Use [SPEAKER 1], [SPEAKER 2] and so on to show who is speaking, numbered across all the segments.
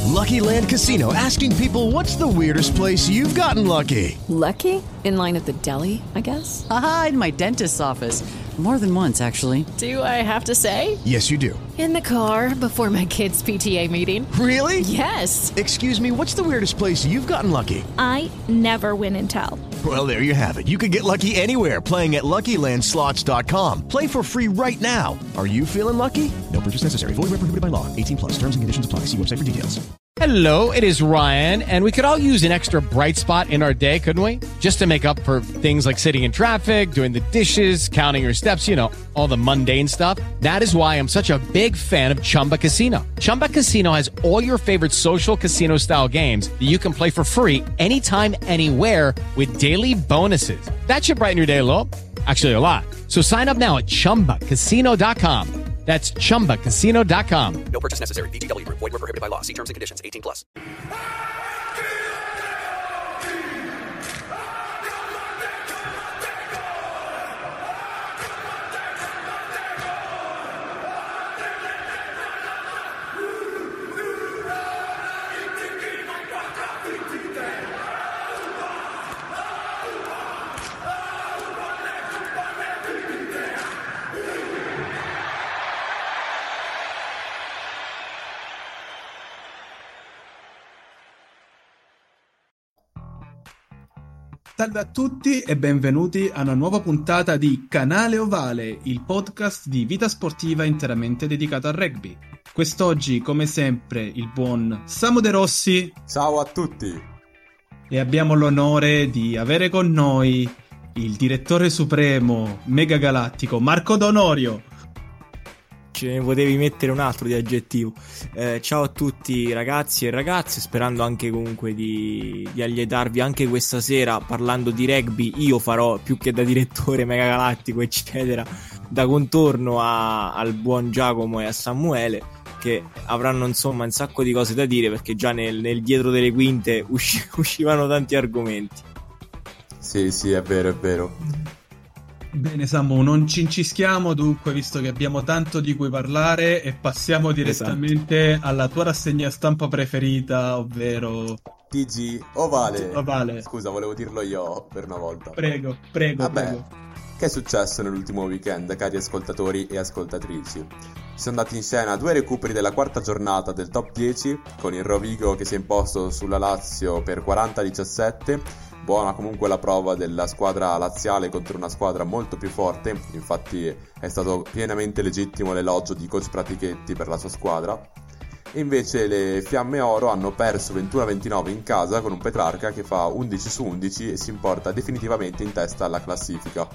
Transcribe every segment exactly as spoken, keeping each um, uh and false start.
[SPEAKER 1] Lucky Land Casino, asking people, what's the weirdest place you've gotten lucky?
[SPEAKER 2] Lucky? In line at the deli, I guess?
[SPEAKER 3] Aha, in my dentist's office. More than once, actually.
[SPEAKER 2] Do I have to say?
[SPEAKER 1] Yes, you do.
[SPEAKER 2] In the car before my kids' P T A meeting.
[SPEAKER 1] Really?
[SPEAKER 2] Yes.
[SPEAKER 1] Excuse me, what's the weirdest place you've gotten lucky?
[SPEAKER 4] I never win and tell.
[SPEAKER 1] Well, there you have it. You can get lucky anywhere, playing at Lucky Land Slots dot com. Play for free right now. Are you feeling lucky? No purchase necessary. Void where prohibited by law. eighteen plus. Terms and conditions apply. See website for details.
[SPEAKER 5] Hello, it is Ryan, and we could all use an extra bright spot in our day, couldn't we? Just to make up for things like sitting in traffic, doing the dishes, counting your steps, you know, all the mundane stuff. That is why I'm such a big fan of Chumba Casino. Chumba Casino has all your favorite social casino-style games that you can play for free anytime, anywhere with daily bonuses. That should brighten your day a little. Actually, a lot. So sign up now at chumba casino dot com. That's chumba casino dot com.
[SPEAKER 6] No purchase necessary. V G W Group. Void where prohibited by law. See terms and conditions. eighteen plus.
[SPEAKER 7] Salve a tutti e benvenuti a una nuova puntata di Canale Ovale, il podcast di vita sportiva interamente dedicato al rugby. Quest'oggi, come sempre, il buon Samu De Rossi.
[SPEAKER 8] Ciao a tutti!
[SPEAKER 7] E abbiamo l'onore di avere con noi il direttore supremo mega galattico Marco D'Onorio.
[SPEAKER 9] Ce ne potevi mettere un altro di aggettivo. Eh, ciao a tutti ragazzi e ragazze, sperando anche comunque di, di allietarvi anche questa sera parlando di rugby. Io farò, più che da direttore mega galattico eccetera, da contorno a, al buon Giacomo e a Samuele, che avranno insomma un sacco di cose da dire, perché già nel, nel dietro delle quinte usci, uscivano tanti argomenti.
[SPEAKER 8] Sì, sì, è vero, è vero.
[SPEAKER 7] Bene Samu, non ci incischiamo dunque, visto che abbiamo tanto di cui parlare, e passiamo direttamente esatto. alla tua rassegna stampa preferita, ovvero
[SPEAKER 8] T G Ovale.
[SPEAKER 7] Ovale.
[SPEAKER 8] Scusa, volevo dirlo io per una volta.
[SPEAKER 7] Prego, prego,
[SPEAKER 8] Vabbè,
[SPEAKER 7] prego.
[SPEAKER 8] Che è successo nell'ultimo weekend, cari ascoltatori e ascoltatrici? Ci sono andati in scena due recuperi della quarta giornata del top dieci, con il Rovigo che si è imposto sulla Lazio per quaranta a diciassette. Buona comunque la prova della squadra laziale contro una squadra molto più forte, infatti è stato pienamente legittimo l'elogio di coach Pratichetti per la sua squadra. E invece le Fiamme Oro hanno perso ventuno a ventinove in casa con un Petrarca che fa undici su undici e si importa definitivamente in testa alla classifica.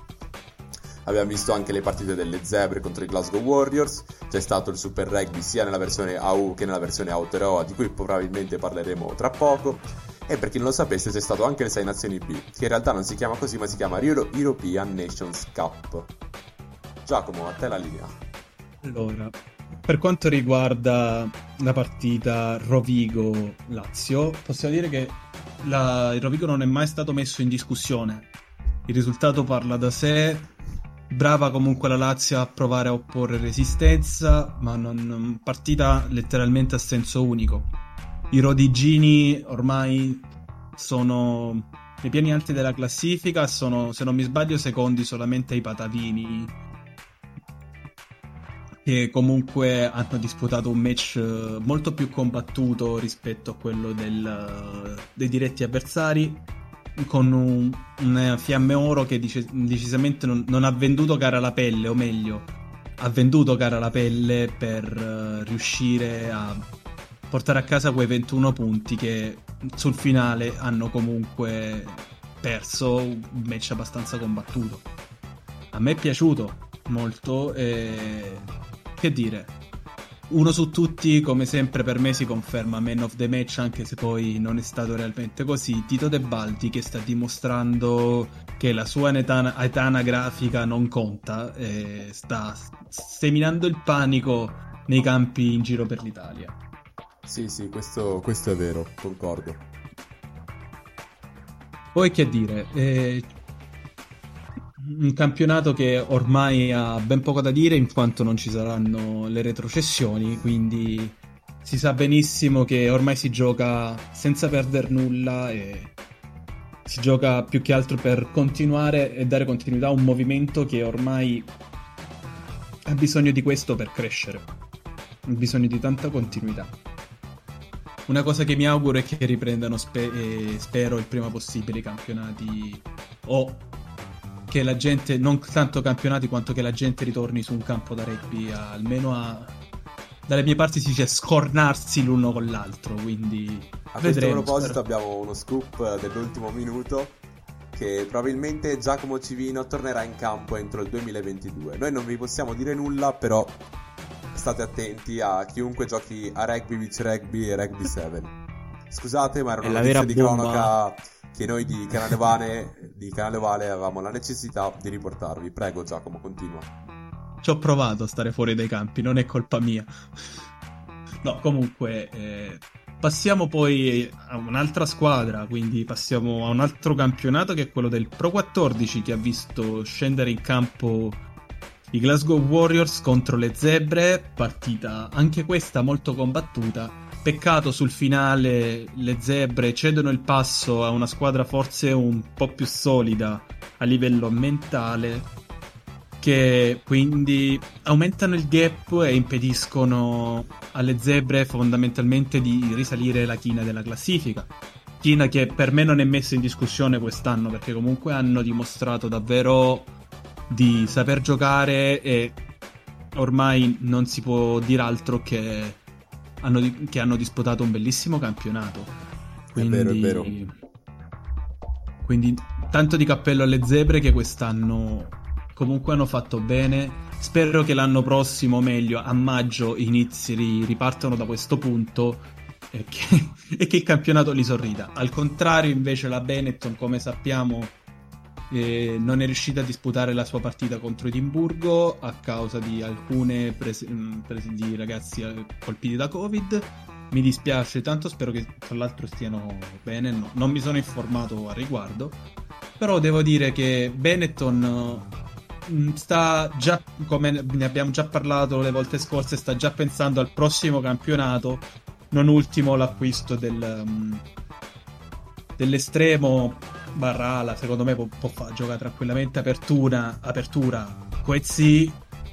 [SPEAKER 8] Abbiamo visto anche le partite delle Zebre contro i Glasgow Warriors, c'è stato il Super Rugby sia nella versione A U che nella versione Aotearoa, di cui probabilmente parleremo tra poco. E per chi non lo sapesse c'è stato anche le sei Nazioni B, che in realtà non si chiama così ma si chiama Euro- European Nations Cup. Giacomo, a te la linea.
[SPEAKER 7] Allora, per quanto riguarda la partita Rovigo-Lazio, possiamo dire che la, il Rovigo non è mai stato messo in discussione. Il risultato parla da sé. Brava comunque la Lazio a provare a opporre resistenza, ma non partita letteralmente a senso unico. I rodigini ormai sono nei piani alti della classifica, sono, se non mi sbaglio, secondi solamente ai Patavini, che comunque hanno disputato un match molto più combattuto rispetto a quello del, dei diretti avversari, con un, un Fiamme Oro che dice, decisamente non, non ha venduto cara la pelle, o meglio, ha venduto cara la pelle per uh, riuscire a portare a casa quei ventuno punti che sul finale hanno comunque perso un match abbastanza combattuto. A me è piaciuto molto e che dire, uno su tutti come sempre per me si conferma man of the match, anche se poi non è stato realmente così. Tito Tebaldi, che sta dimostrando che la sua età, età anagrafica non conta e sta seminando il panico nei campi in giro per l'Italia.
[SPEAKER 8] Sì, sì, questo, questo è vero, concordo.
[SPEAKER 7] Poi che dire, eh, un campionato che ormai ha ben poco da dire in quanto non ci saranno le retrocessioni, quindi si sa benissimo che ormai si gioca senza perdere nulla e si gioca più che altro per continuare e dare continuità a un movimento che ormai ha bisogno di questo per crescere, ha bisogno di tanta continuità. Una cosa che mi auguro è che riprendano, spe- e spero il prima possibile, i campionati, o che la gente, non tanto campionati quanto che la gente ritorni su un campo da rugby a, almeno a, dalle mie parti si dice, scornarsi l'uno con l'altro, quindi
[SPEAKER 8] a
[SPEAKER 7] vedremo.
[SPEAKER 8] questo proposito
[SPEAKER 7] spero.
[SPEAKER 8] abbiamo uno scoop dell'ultimo minuto, che probabilmente Giacomo Civino tornerà in campo entro il duemilaventidue. Noi non vi possiamo dire nulla, però state attenti a chiunque giochi a rugby, beach rugby e rugby sette. Scusate, ma era
[SPEAKER 9] È
[SPEAKER 8] una
[SPEAKER 9] la
[SPEAKER 8] notizia
[SPEAKER 9] vera
[SPEAKER 8] di
[SPEAKER 9] bomba.
[SPEAKER 8] cronaca che noi di Canale Vale, di Canale Vale avevamo la necessità di riportarvi. Prego Giacomo, continua.
[SPEAKER 7] Ci ho provato a stare fuori dai campi, non è colpa mia. No, comunque eh, passiamo poi a un'altra squadra, quindi passiamo a un altro campionato che è quello del Pro quattordici, che ha visto scendere in campo i Glasgow Warriors contro le Zebre, partita anche questa molto combattuta. Peccato sul finale, le Zebre cedono il passo a una squadra forse un po' più solida a livello mentale, che quindi aumentano il gap e impediscono alle Zebre fondamentalmente di risalire la china della classifica. China che per me non è messa in discussione quest'anno, perché comunque hanno dimostrato davvero di saper giocare e ormai non si può dire altro che hanno, di- che hanno disputato un bellissimo campionato. Quindi,
[SPEAKER 8] È vero, è vero.
[SPEAKER 7] Quindi tanto di cappello alle Zebre, che quest'anno comunque hanno fatto bene. Spero che l'anno prossimo, meglio a maggio, inizi ri- ripartano da questo punto e che, e che il campionato li sorrida. Al contrario, invece, la Benetton, come sappiamo, eh, non è riuscita a disputare la sua partita contro Edimburgo a causa di alcune prese- mh, prese di ragazzi eh, colpiti da Covid. Mi dispiace tanto, spero che tra l'altro stiano bene. No, non mi sono informato al riguardo, però devo dire che Benetton eh, sta già, come ne abbiamo già parlato le volte scorse, sta già pensando al prossimo campionato, non ultimo l'acquisto del um, dell'estremo Barrala. Secondo me può, può far giocare tranquillamente apertura apertura Coetzee,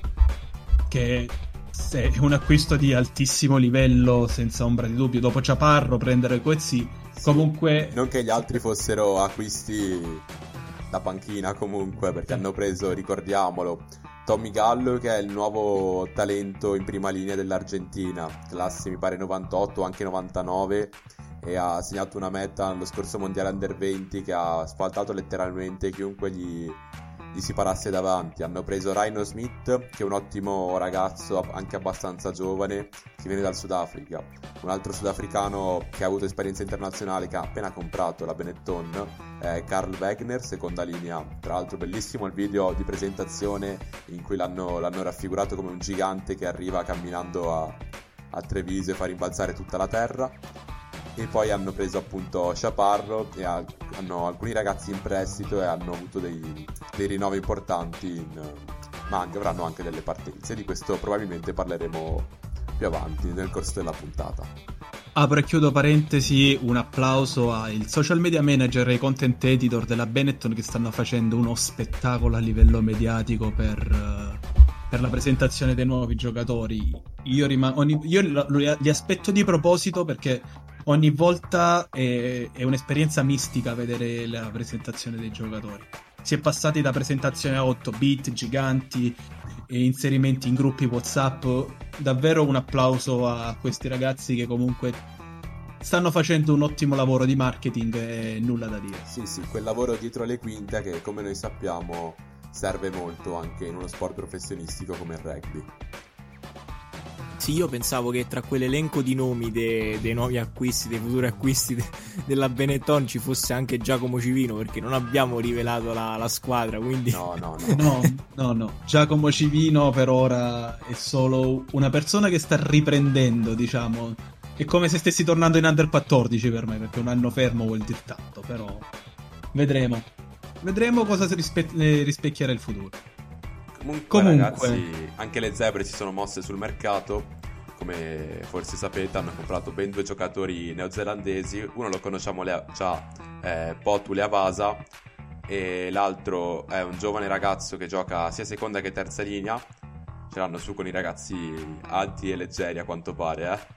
[SPEAKER 7] che è un acquisto di altissimo livello senza ombra di dubbio. Dopo Chaparro prendere Coetzee,
[SPEAKER 8] Sì.
[SPEAKER 7] comunque
[SPEAKER 8] Non che gli altri fossero acquisti da panchina comunque, perché hanno preso, ricordiamolo, Tommy Gallo, che è il nuovo talento in prima linea dell'Argentina, classe mi pare novantotto, anche novantanove, e ha segnato una meta allo scorso mondiale under venti che ha spaltato letteralmente chiunque gli, gli si parasse davanti. Hanno preso Rhino Smith, che è un ottimo ragazzo anche abbastanza giovane, che viene dal Sudafrica. Un altro sudafricano che ha avuto esperienza internazionale, che ha appena comprato la Benetton, è Carl Wegner, seconda linea. Tra l'altro bellissimo il video di presentazione in cui l'hanno, l'hanno raffigurato come un gigante che arriva camminando a, a Treviso e fa rimbalzare tutta la terra. E poi hanno preso appunto Chaparro e ha, hanno alcuni ragazzi in prestito e hanno avuto dei, dei rinnovi importanti in, ma anche, avranno anche delle partenze. Di questo probabilmente parleremo più avanti nel corso della puntata.
[SPEAKER 7] apro e chiudo parentesi, un applauso ai social media manager e ai content editor della Benetton, che stanno facendo uno spettacolo a livello mediatico per, per la presentazione dei nuovi giocatori. Io, rima- ogni- io li li aspetto di proposito, perché ogni volta è, è un'esperienza mistica vedere la presentazione dei giocatori. Si è passati da presentazioni a otto bit, giganti, e inserimenti in gruppi WhatsApp. Davvero un applauso a questi ragazzi che comunque stanno facendo un ottimo lavoro di marketing e nulla da dire.
[SPEAKER 8] Sì, sì, quel lavoro dietro le quinte che, come noi sappiamo, serve molto anche in uno sport professionistico come il rugby.
[SPEAKER 9] Sì, io pensavo che tra quell'elenco di nomi de- dei nuovi acquisti, dei futuri acquisti de- della Benetton ci fosse anche Giacomo Civino, perché non abbiamo rivelato la, la squadra, quindi...
[SPEAKER 8] No, no, no.
[SPEAKER 7] No, no, no. Giacomo Civino per ora è solo una persona che sta riprendendo, diciamo. È come se stessi tornando in under quattordici per me, perché un anno fermo vuol dire tanto, però vedremo. Vedremo cosa si rispe- eh, rispecchierà il futuro.
[SPEAKER 8] Comunque,
[SPEAKER 7] Comunque.
[SPEAKER 8] ragazzi, anche le Zebre si sono mosse sul mercato come forse sapete, hanno comprato ben due giocatori neozelandesi. Uno lo conosciamo le- già, eh, Potu Leavasa, e l'altro è un giovane ragazzo che gioca sia seconda che terza linea. Ce l'hanno su con i ragazzi alti e leggeri, a quanto pare, eh.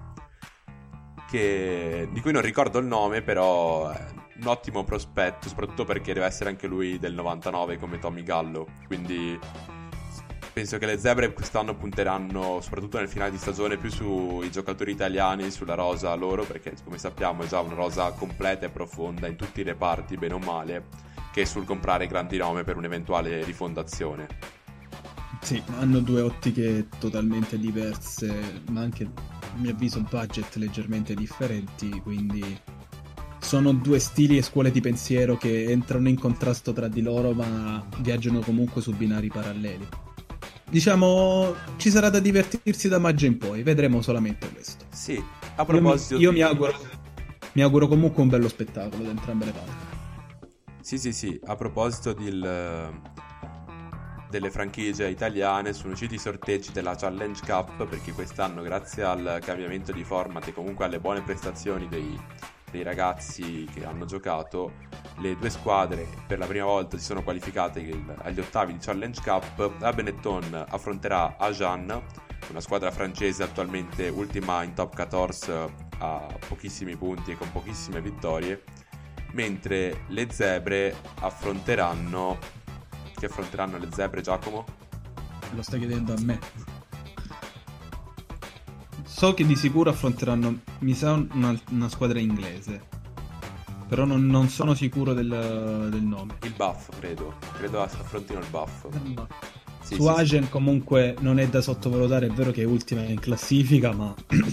[SPEAKER 8] Che... di cui non ricordo il nome, però è un ottimo prospetto, soprattutto perché deve essere anche lui del novantanove come Tommy Gallo. Quindi penso che le Zebre quest'anno punteranno, soprattutto nel finale di stagione, più sui giocatori italiani, sulla rosa loro, perché come sappiamo è già una rosa completa e profonda in tutti i reparti, bene o male, che sul comprare grandi nomi per un'eventuale rifondazione.
[SPEAKER 7] Sì, hanno due ottiche totalmente diverse, ma anche, a mio avviso, budget leggermente differenti, quindi sono due stili e scuole di pensiero che entrano in contrasto tra di loro, ma viaggiano comunque su binari paralleli. Diciamo, ci sarà da divertirsi da maggio in poi, vedremo solamente questo.
[SPEAKER 8] Sì, a proposito...
[SPEAKER 7] Io, mi, io
[SPEAKER 8] di...
[SPEAKER 7] mi auguro mi auguro comunque un bello spettacolo da entrambe le parti.
[SPEAKER 8] Sì, sì, sì, a proposito del... delle franchigie italiane, sono usciti i sorteggi della Challenge Cup, perché quest'anno, grazie al cambiamento di format e comunque alle buone prestazioni dei, dei ragazzi che hanno giocato, le due squadre per la prima volta si sono qualificate agli ottavi di Challenge Cup. La Benetton affronterà Agen, una squadra francese attualmente ultima in top quattordici a pochissimi punti e con pochissime vittorie, mentre le Zebre affronteranno... Che affronteranno le Zebre, Giacomo?
[SPEAKER 7] Lo stai chiedendo a me. So che di sicuro affronteranno, mi sa, una, una squadra inglese, però non, non sono sicuro del, del nome.
[SPEAKER 8] Il Buff, credo. Credo affrontino il Buff.
[SPEAKER 7] No.
[SPEAKER 8] Sì,
[SPEAKER 7] Su
[SPEAKER 8] sì,
[SPEAKER 7] Agen
[SPEAKER 8] sì.
[SPEAKER 7] Comunque non è da sottovalutare, è vero che è ultima in classifica, ma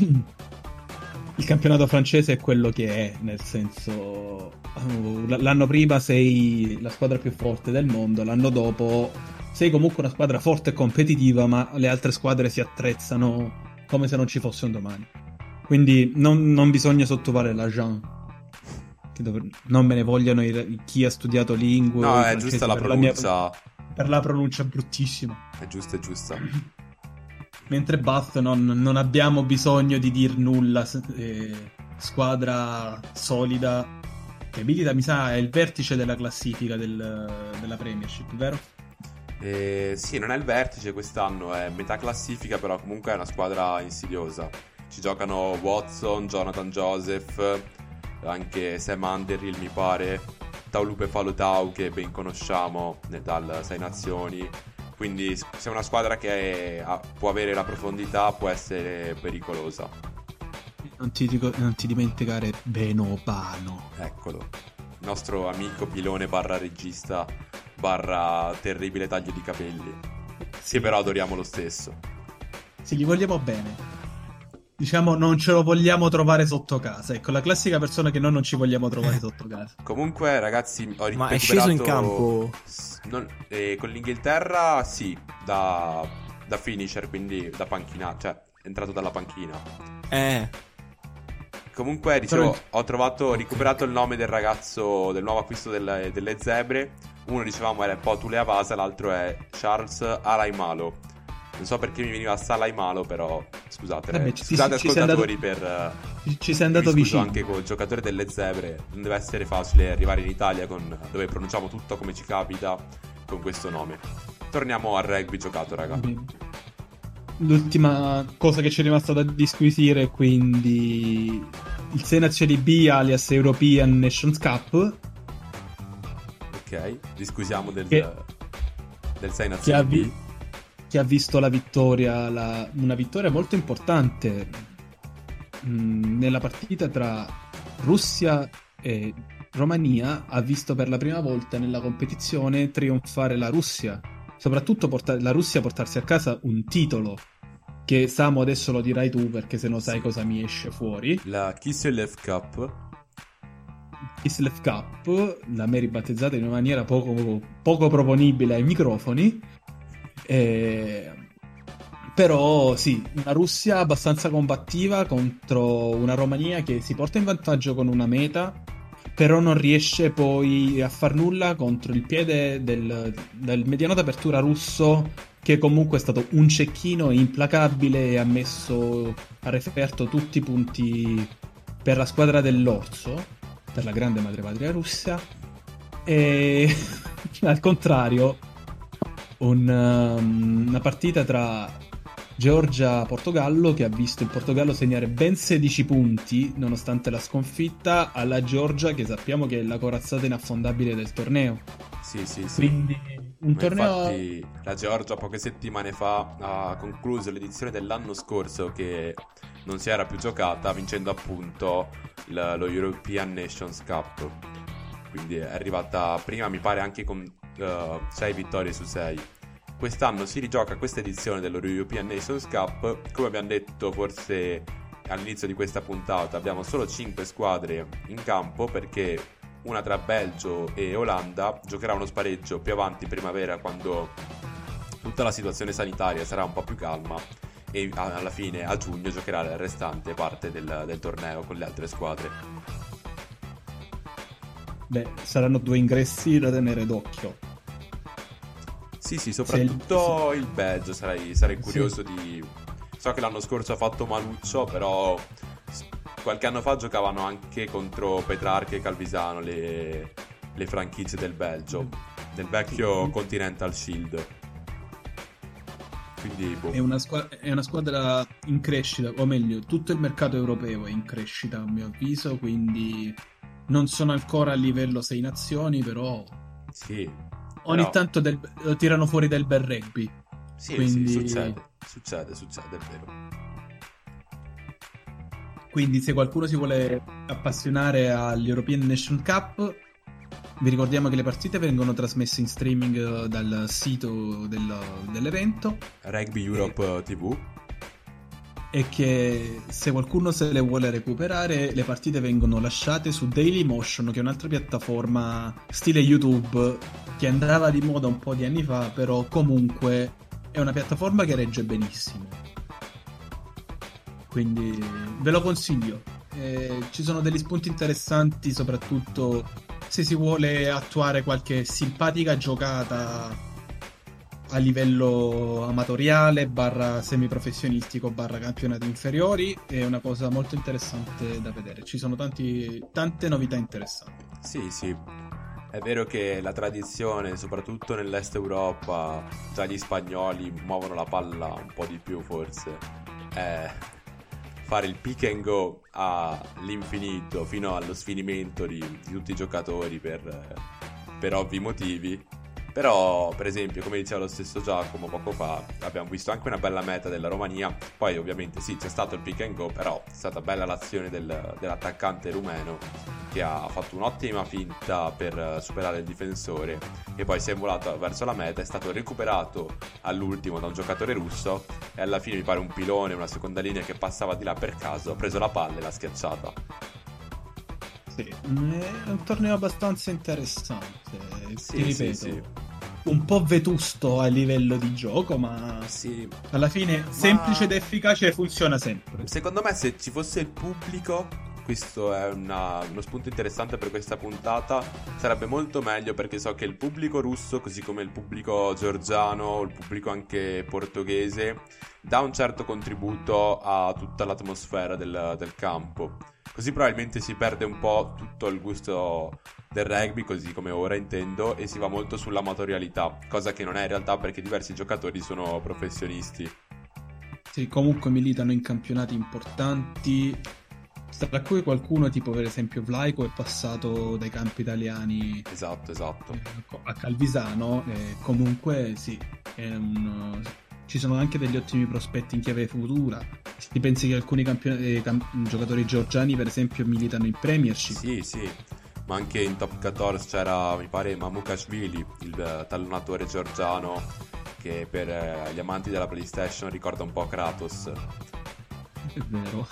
[SPEAKER 7] il campionato francese è quello che è, nel senso... l'anno prima sei la squadra più forte del mondo, l'anno dopo sei comunque una squadra forte e competitiva, ma le altre squadre si attrezzano come se non ci fosse un domani. Quindi non, non bisogna sottovalutare la Jean, che dov- non me ne vogliano i, chi ha studiato lingue.
[SPEAKER 8] No, è giusta la pronuncia.
[SPEAKER 7] La mia, per la pronuncia bruttissima.
[SPEAKER 8] È giusta, è giusta.
[SPEAKER 7] Mentre Bath non, non abbiamo bisogno di dir nulla, eh, squadra solida che milita, mi sa, è il vertice della classifica del, della Premiership, vero?
[SPEAKER 8] Eh, sì, non è il vertice quest'anno, è metà classifica, però comunque è una squadra insidiosa. Ci giocano Watson, Jonathan Joseph, anche Sam Underhill mi pare, Taulupe Falutau che ben conosciamo dal Sei Nazioni. Quindi se è una squadra che è, può avere la profondità, può essere pericolosa.
[SPEAKER 7] Non ti, dico, non ti dimenticare Beno Pano.
[SPEAKER 8] Eccolo, il nostro amico pilone barra regista barra terribile taglio di capelli, sì, che però adoriamo lo stesso.
[SPEAKER 7] Sì, gli vogliamo bene. Diciamo, non ce lo vogliamo trovare sotto casa. Ecco, la classica persona che noi non ci vogliamo trovare sotto casa.
[SPEAKER 8] Comunque, ragazzi, ho
[SPEAKER 9] Ma
[SPEAKER 8] recuperato...
[SPEAKER 9] è sceso in campo?
[SPEAKER 8] Non... Eh, con l'Inghilterra, sì, da... da finisher, quindi da panchina, cioè è entrato dalla panchina.
[SPEAKER 9] Eh...
[SPEAKER 8] Comunque, dicevo,
[SPEAKER 7] Però...
[SPEAKER 8] ho trovato, ho recuperato il nome del ragazzo, del nuovo acquisto delle, delle Zebre. Uno, dicevamo, era Potu Leavasa, l'altro è Charles Alaimalo. Non so perché mi veniva Salaimalo, però scusate,
[SPEAKER 7] Vabbè,
[SPEAKER 8] eh,
[SPEAKER 7] ci,
[SPEAKER 8] scusate
[SPEAKER 7] ci,
[SPEAKER 8] ascoltatori
[SPEAKER 7] ci
[SPEAKER 8] per...
[SPEAKER 7] Ci, ci sei andato
[SPEAKER 8] mi scuso
[SPEAKER 7] vicino.
[SPEAKER 8] anche col giocatore delle Zebre. Non deve essere facile arrivare in Italia con, dove pronunciamo tutto come ci capita con questo nome. Torniamo al rugby giocato, raga.
[SPEAKER 7] L'ultima cosa che ci è rimasta da disquisire, quindi il Sei Nazioni B alias European Nations Cup.
[SPEAKER 8] Ok, discusiamo del,
[SPEAKER 7] che,
[SPEAKER 8] del Sei
[SPEAKER 7] che
[SPEAKER 8] Nazioni
[SPEAKER 7] ha,
[SPEAKER 8] B.
[SPEAKER 7] vi, che ha visto la vittoria, la, una vittoria molto importante mh, nella partita tra Russia e Romania. Ha visto per la prima volta nella competizione trionfare la Russia, soprattutto portare, la Russia portarsi a casa un titolo che Samu adesso lo dirai tu, perché se no sai cosa mi esce fuori.
[SPEAKER 8] La Kiselev Cup.
[SPEAKER 7] Kislev Cup, da me ribattezzata in una maniera poco, poco proponibile ai microfoni. E... però sì, una Russia abbastanza combattiva contro una Romania che si porta in vantaggio con una meta, però non riesce poi a far nulla contro il piede del, del mediano d'apertura russo, che comunque è stato un cecchino implacabile e ha messo a referto tutti i punti per la squadra dell'Orso, per la grande madrepatria Russia, e al contrario un, um, una partita tra Georgia-Portogallo che ha visto il Portogallo segnare ben sedici punti nonostante la sconfitta alla Georgia, che sappiamo che è la corazzata inaffondabile del torneo.
[SPEAKER 8] Sì, sì, sì.
[SPEAKER 7] Quindi un
[SPEAKER 8] Ma
[SPEAKER 7] torneo...
[SPEAKER 8] Infatti la Georgia poche settimane fa ha concluso l'edizione dell'anno scorso che non si era più giocata, vincendo appunto l- lo European Nations Cup. Quindi è arrivata prima, mi pare, anche con sei uh, vittorie su sei. Quest'anno si rigioca questa edizione dello European Nations Cup. Come abbiamo detto forse all'inizio di questa puntata, abbiamo solo cinque squadre in campo, perché una tra Belgio e Olanda giocherà uno spareggio più avanti in primavera, quando tutta la situazione sanitaria sarà un po' più calma, e alla fine a giugno giocherà la restante parte del, del torneo con le altre squadre.
[SPEAKER 7] Beh, saranno due ingressi da tenere d'occhio.
[SPEAKER 8] Sì, sì, soprattutto il, il Belgio, sarei, sarei curioso
[SPEAKER 7] sì.
[SPEAKER 8] di... So che l'anno scorso ha fatto maluccio, però qualche anno fa giocavano anche contro Petrarca e Calvisano, le, le franchigie del Belgio, del vecchio sì. Continental Shield. Quindi boh.
[SPEAKER 7] È una, squadra, è una squadra in crescita, o meglio, tutto il mercato europeo è in crescita a mio avviso, quindi non sono ancora a livello sei nazioni, però
[SPEAKER 8] sì,
[SPEAKER 7] ogni
[SPEAKER 8] però...
[SPEAKER 7] tanto del, lo tirano fuori del bel rugby.
[SPEAKER 8] Sì,
[SPEAKER 7] quindi...
[SPEAKER 8] sì, succede, succede, succede, è vero.
[SPEAKER 7] Quindi se qualcuno si vuole appassionare all'European Nation Cup, vi ricordiamo che le partite vengono trasmesse in streaming dal sito del, dell'evento
[SPEAKER 8] Rugby Europe
[SPEAKER 7] e,
[SPEAKER 8] T V,
[SPEAKER 7] e che se qualcuno se le vuole recuperare, le partite vengono lasciate su Dailymotion, che è un'altra piattaforma stile YouTube che andava di moda un po' di anni fa, però comunque è una piattaforma che regge benissimo, quindi ve lo consiglio. Eh, ci sono degli spunti interessanti, soprattutto se si vuole attuare qualche simpatica giocata a livello amatoriale barra semiprofessionistico barra campionati inferiori. È una cosa molto interessante da vedere, ci sono tanti, tante novità interessanti.
[SPEAKER 8] Sì, sì, è vero che la tradizione, soprattutto nell'est Europa, già gli spagnoli muovono la palla un po' di più forse, è fare il pick and go all'infinito fino allo sfinimento di, di tutti i giocatori per, per ovvi motivi. Però, per esempio, come diceva lo stesso Giacomo poco fa, abbiamo visto anche una bella meta della Romania. Poi ovviamente sì, c'è stato il pick and go, però è stata bella l'azione del, dell'attaccante rumeno, che ha fatto un'ottima finta per superare il difensore e poi si è volato verso la meta, è stato recuperato all'ultimo da un giocatore russo e alla fine mi pare un pilone, una seconda linea che passava di là per caso, ha preso la palla e l'ha schiacciata.
[SPEAKER 7] Sì, è un torneo abbastanza interessante,
[SPEAKER 8] sì,
[SPEAKER 7] ti ripeto,
[SPEAKER 8] sì, sì.
[SPEAKER 7] Un po' vetusto a livello di gioco, ma
[SPEAKER 8] sì,
[SPEAKER 7] alla fine
[SPEAKER 8] ma...
[SPEAKER 7] semplice ed efficace, funziona sempre.
[SPEAKER 8] Secondo me se ci fosse il pubblico, questo è una, uno spunto interessante per questa puntata, sarebbe molto meglio, perché so che il pubblico russo, così come il pubblico georgiano, il pubblico anche portoghese, dà un certo contributo a tutta l'atmosfera del, del campo. Così probabilmente si perde un po' tutto il gusto del rugby, così come ora intendo, e si va molto sull'amatorialità, cosa che non è in realtà, perché diversi giocatori sono professionisti.
[SPEAKER 7] Sì, comunque militano in campionati importanti, tra cui qualcuno tipo per esempio Vlaico è passato dai campi italiani,
[SPEAKER 8] esatto, esatto,
[SPEAKER 7] a Calvisano, e comunque sì, è un... ci sono anche degli ottimi prospetti in chiave futura. Si pensi che alcuni campion- eh, camp- giocatori georgiani per esempio militano in Premiership.
[SPEAKER 8] Sì, sì, ma anche in Top quattordici c'era, mi pare, Mamukashvili, il tallonatore georgiano, che per eh, gli amanti della PlayStation ricorda un po' Kratos.
[SPEAKER 7] È vero.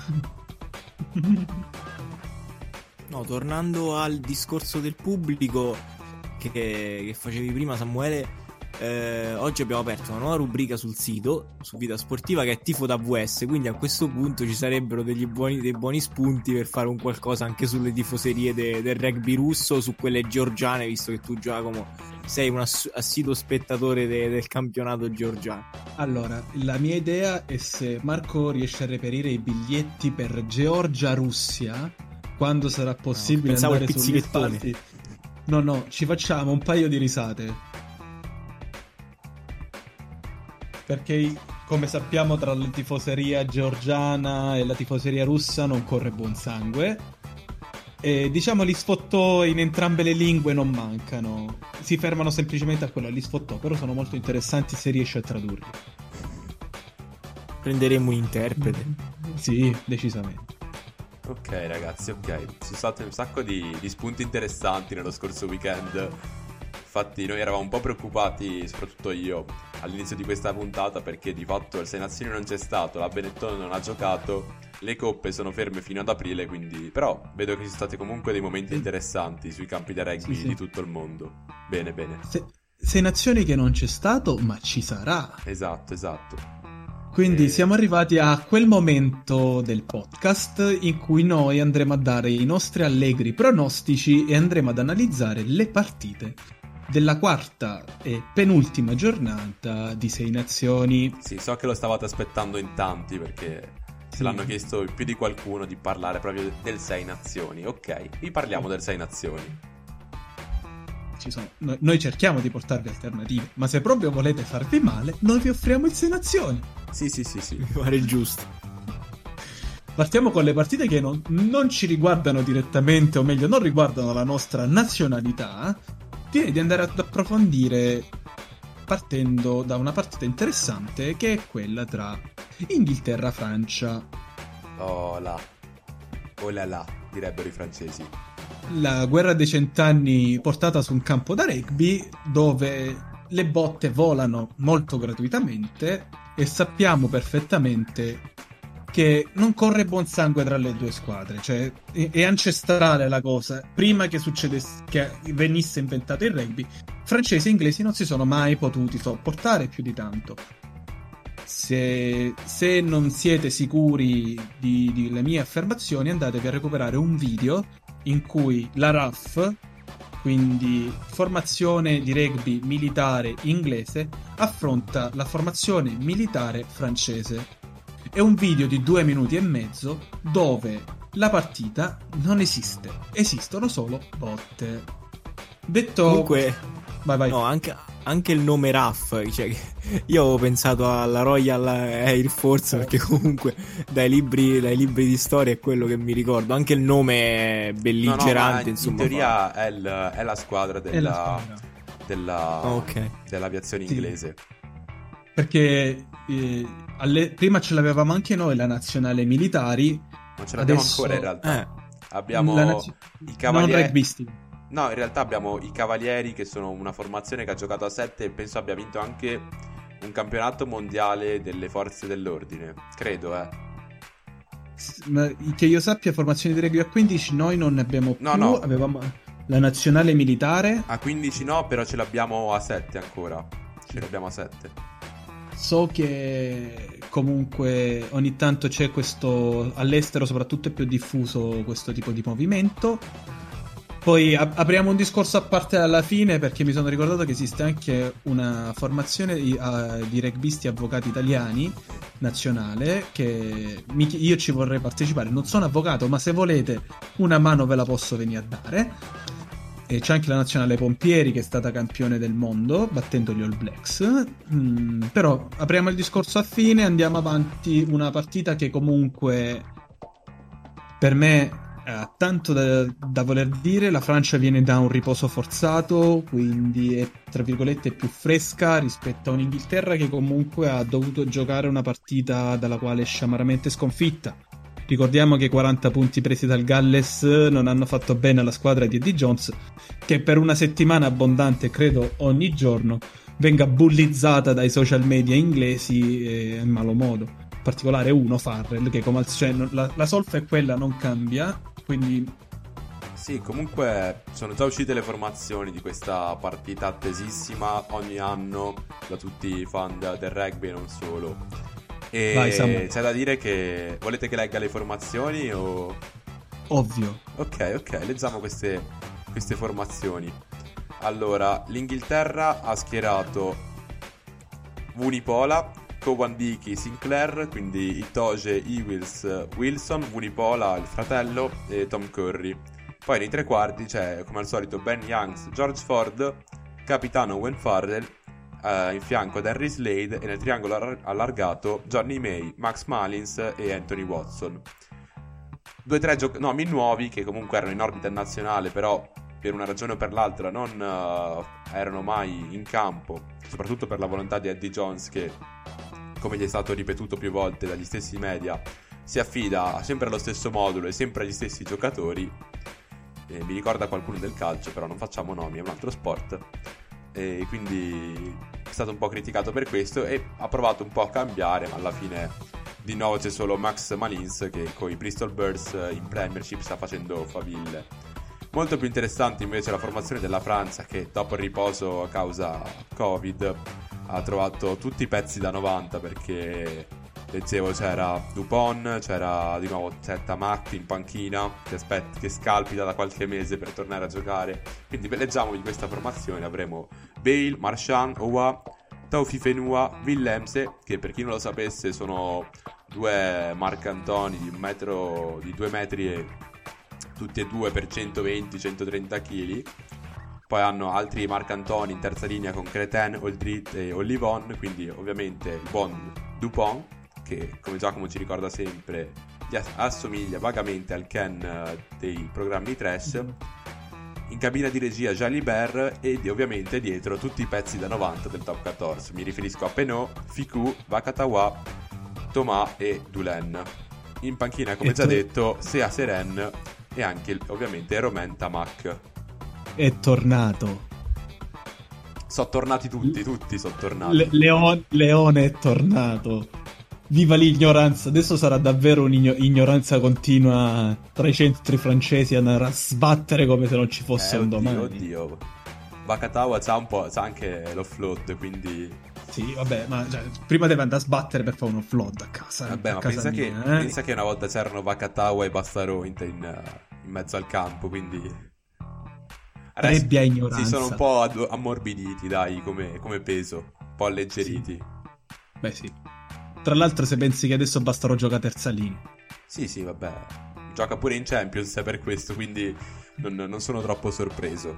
[SPEAKER 9] No, tornando al discorso del pubblico che, che facevi prima, Samuele, eh, oggi abbiamo aperto una nuova rubrica sul sito, su Vita Sportiva, che è Tifo da V S, quindi a questo punto ci sarebbero degli buoni, dei buoni spunti per fare un qualcosa anche sulle tifoserie de, del rugby russo, su quelle georgiane, visto che tu, Giacomo, sei un ass- assiduo spettatore de, del campionato georgiano.
[SPEAKER 7] Allora, la mia idea è, se Marco riesce a reperire i biglietti per Georgia-Russia, quando sarà possibile
[SPEAKER 9] no,
[SPEAKER 7] andare sugli spalti. No, no, ci facciamo un paio di risate. Perché, come sappiamo, tra la tifoseria georgiana e la tifoseria russa non corre buon sangue. E diciamo gli sfottò in entrambe le lingue non mancano. Si fermano semplicemente a quello, gli sfottò, però sono molto interessanti se riesce a tradurli.
[SPEAKER 9] Prenderemo un interprete.
[SPEAKER 7] Sì, decisamente.
[SPEAKER 8] Ok ragazzi, ok, ci sono stati un sacco di, di spunti interessanti nello scorso weekend. Infatti noi eravamo un po' preoccupati, soprattutto io, all'inizio di questa puntata, perché di fatto il Sei Nazioni non c'è stato, la Benetton non ha giocato, le coppe sono ferme fino ad aprile, quindi però vedo che ci sono stati comunque dei momenti interessanti sui campi da rugby sì, sì. di tutto il mondo. Bene, bene.
[SPEAKER 7] Se, Sei Nazioni che non c'è stato, ma ci sarà.
[SPEAKER 8] Esatto, esatto.
[SPEAKER 7] Quindi
[SPEAKER 8] e...
[SPEAKER 7] siamo arrivati a quel momento del podcast in cui noi andremo a dare i nostri allegri pronostici e andremo ad analizzare le partite della quarta e penultima giornata di Sei Nazioni.
[SPEAKER 8] Sì, so che lo stavate aspettando in tanti, perché se sì. l'hanno chiesto più di qualcuno di parlare proprio del Sei Nazioni. Ok, vi parliamo del Sei Nazioni.
[SPEAKER 7] Ci sono. Noi, noi cerchiamo di portarvi alternative, ma se proprio volete farvi male, noi vi offriamo il Sei Nazioni.
[SPEAKER 8] Sì, sì, sì, sì.
[SPEAKER 9] Mi pare il giusto.
[SPEAKER 7] Partiamo con le partite che non, non ci riguardano direttamente, o meglio, non riguardano la nostra nazionalità. Direi di andare ad approfondire partendo da una partita interessante, che è quella tra Inghilterra-Francia.
[SPEAKER 8] Oh là, oh là là, direbbero i francesi.
[SPEAKER 7] La guerra dei cent'anni portata su un campo da rugby, dove le botte volano molto gratuitamente e sappiamo perfettamente che non corre buon sangue tra le due squadre, cioè è, è ancestrale la cosa. Prima che succedesse, che venisse inventato il rugby, francesi e inglesi non si sono mai potuti sopportare più di tanto. Se, se non siete sicuri di, di le mie affermazioni, andatevi a recuperare un video in cui la R A F, quindi formazione di rugby militare inglese, affronta la formazione militare francese. È un video di due minuti e mezzo dove la partita non esiste, esistono solo botte. Detto...
[SPEAKER 9] Comunque,
[SPEAKER 7] vai, vai.
[SPEAKER 9] No, anche, anche il nome R A F, cioè, io avevo pensato alla Royal Air Force, perché comunque dai libri, dai libri di storia è quello che mi ricordo. Anche il nome è belligerante, no, no, insomma.
[SPEAKER 8] In teoria è, il, è la squadra della, la squadra. della
[SPEAKER 9] oh, okay.
[SPEAKER 8] dell'aviazione
[SPEAKER 7] sì.
[SPEAKER 8] inglese.
[SPEAKER 7] Perché eh, alle, prima ce l'avevamo anche noi, la nazionale militari.
[SPEAKER 8] Non ce l'abbiamo
[SPEAKER 7] adesso...
[SPEAKER 8] ancora in realtà.
[SPEAKER 7] Eh.
[SPEAKER 8] Abbiamo
[SPEAKER 7] naz...
[SPEAKER 8] i cavalieri.
[SPEAKER 7] Non rugbisti.
[SPEAKER 8] No, in realtà abbiamo i Cavalieri, che sono una formazione che ha giocato a sette e penso abbia vinto anche un campionato mondiale delle forze dell'ordine. Credo, eh.
[SPEAKER 7] Ma che io sappia, formazioni di rugby a quindici noi non ne abbiamo più.
[SPEAKER 8] No, no.
[SPEAKER 7] Avevamo la nazionale militare.
[SPEAKER 8] A quindici no, però ce l'abbiamo a sette ancora. Ce l'abbiamo a sette.
[SPEAKER 7] So che comunque ogni tanto c'è questo, all'estero soprattutto è più diffuso questo tipo di movimento. Poi ap- apriamo un discorso a parte alla fine, perché mi sono ricordato che esiste anche una formazione di, uh, di rugbisti avvocati italiani nazionale, che mi, io ci vorrei partecipare. Non sono avvocato, ma se volete una mano ve la posso venire a dare. E c'è anche la nazionale pompieri, che è stata campione del mondo battendo gli All Blacks. Mm, però apriamo il discorso a fine, andiamo avanti. Una partita che comunque per me ha tanto da, da voler dire. La Francia viene da un riposo forzato, quindi è tra virgolette più fresca rispetto a un'Inghilterra che comunque ha dovuto giocare una partita dalla quale è sciamaramente sconfitta. Ricordiamo che i quaranta punti presi dal Galles non hanno fatto bene alla squadra di Eddie Jones, che per una settimana abbondante, credo ogni giorno, venga bullizzata dai social media inglesi eh, in malo modo. In particolare uno, Farrell, che come al, cioè, la, la solfa è quella, non cambia, quindi
[SPEAKER 8] Sì, comunque sono già uscite le formazioni di questa partita attesissima ogni anno da tutti i fan del rugby e non solo. E
[SPEAKER 7] Vai, Samu.
[SPEAKER 8] c'è da dire che volete che legga le formazioni o...
[SPEAKER 7] Ovvio.
[SPEAKER 8] Ok, ok, leggiamo queste, queste formazioni. Allora, l'Inghilterra ha schierato Vunipola, Kowandiki, Sinclair, quindi Itoje, Ewells, Wilson, Vunipola, il fratello, e Tom Curry. Poi nei tre quarti c'è, come al solito, Ben Youngs, George Ford, capitano Owen Farrell, eh, in fianco ad Henry Slade, e nel triangolo ar- allargato Johnny May, Max Mullins e Anthony Watson. Due o tre gioc- nomi nuovi che comunque erano in orbita nazionale, però per una ragione o per l'altra non uh, erano mai in campo, soprattutto per la volontà di Eddie Jones che, come gli è stato ripetuto più volte dagli stessi media, si affida sempre allo stesso modulo e sempre agli stessi giocatori. Eh, mi ricorda qualcuno del calcio, però non facciamo nomi, è un altro sport, e quindi è stato un po' criticato per questo e ha provato un po' a cambiare, ma alla fine di nuovo c'è solo Max Mullins che con i Bristol Bears in Premiership sta facendo faville. Molto più interessante invece la formazione della Francia, che dopo il riposo a causa Covid ha trovato tutti i pezzi da novanta, perché leggevo c'era Dupont, c'era di nuovo c'è Tamac in panchina che, aspetta, che scalpita da qualche mese per tornare a giocare. Quindi leggiamo di questa formazione: avremo Bale, Marchand, Owa, Taufi Fenua, Willemse, che per chi non lo sapesse sono due marcantoni di un metro, di due metri e tutti e due per centoventi centotrenta chili. Poi hanno altri marcantoni in terza linea con Cretin, Oldrit e Olivon, quindi ovviamente il buon Dupont, che come Giacomo ci ricorda sempre gli assomiglia vagamente al Ken uh, dei programmi trash. In cabina di regia Jalibert e di, ovviamente dietro tutti i pezzi da novanta del top quattordici. Mi riferisco a Penot, Ficou, Vakatawa, Thomas e Dulen. In panchina, come e già to- detto, Sea Seren e anche ovviamente Romain Tamac.
[SPEAKER 7] È tornato.
[SPEAKER 8] Sono tornati tutti, tutti sono tornati.
[SPEAKER 7] Le- Leon- Leone è tornato. Viva l'ignoranza. Adesso sarà davvero un'ignoranza continua tra i centri francesi, andare a sbattere come se non ci fosse
[SPEAKER 8] eh,
[SPEAKER 7] un
[SPEAKER 8] oddio,
[SPEAKER 7] domani.
[SPEAKER 8] Oddio. Vakatawa c'ha un po', c'ha anche l'offload, quindi...
[SPEAKER 7] Sì, vabbè, ma cioè, prima deve andare a sbattere per fare un offload a casa.
[SPEAKER 8] Vabbè,
[SPEAKER 7] a
[SPEAKER 8] ma
[SPEAKER 7] casa
[SPEAKER 8] pensa,
[SPEAKER 7] mia,
[SPEAKER 8] che,
[SPEAKER 7] eh?
[SPEAKER 8] pensa che una volta c'erano Vakatawa e Bassaro in, in, in mezzo al campo, quindi... Adesso
[SPEAKER 7] Rebbia ignoranza.
[SPEAKER 8] si sono un po' ad- ammorbiditi, dai, come, come peso, un po' alleggeriti.
[SPEAKER 7] Sì. Beh, sì. Tra l'altro, se pensi che adesso Bassaro gioca terza linea.
[SPEAKER 8] Sì, sì, vabbè. Gioca pure in Champions, è per questo, quindi non, non sono troppo sorpreso.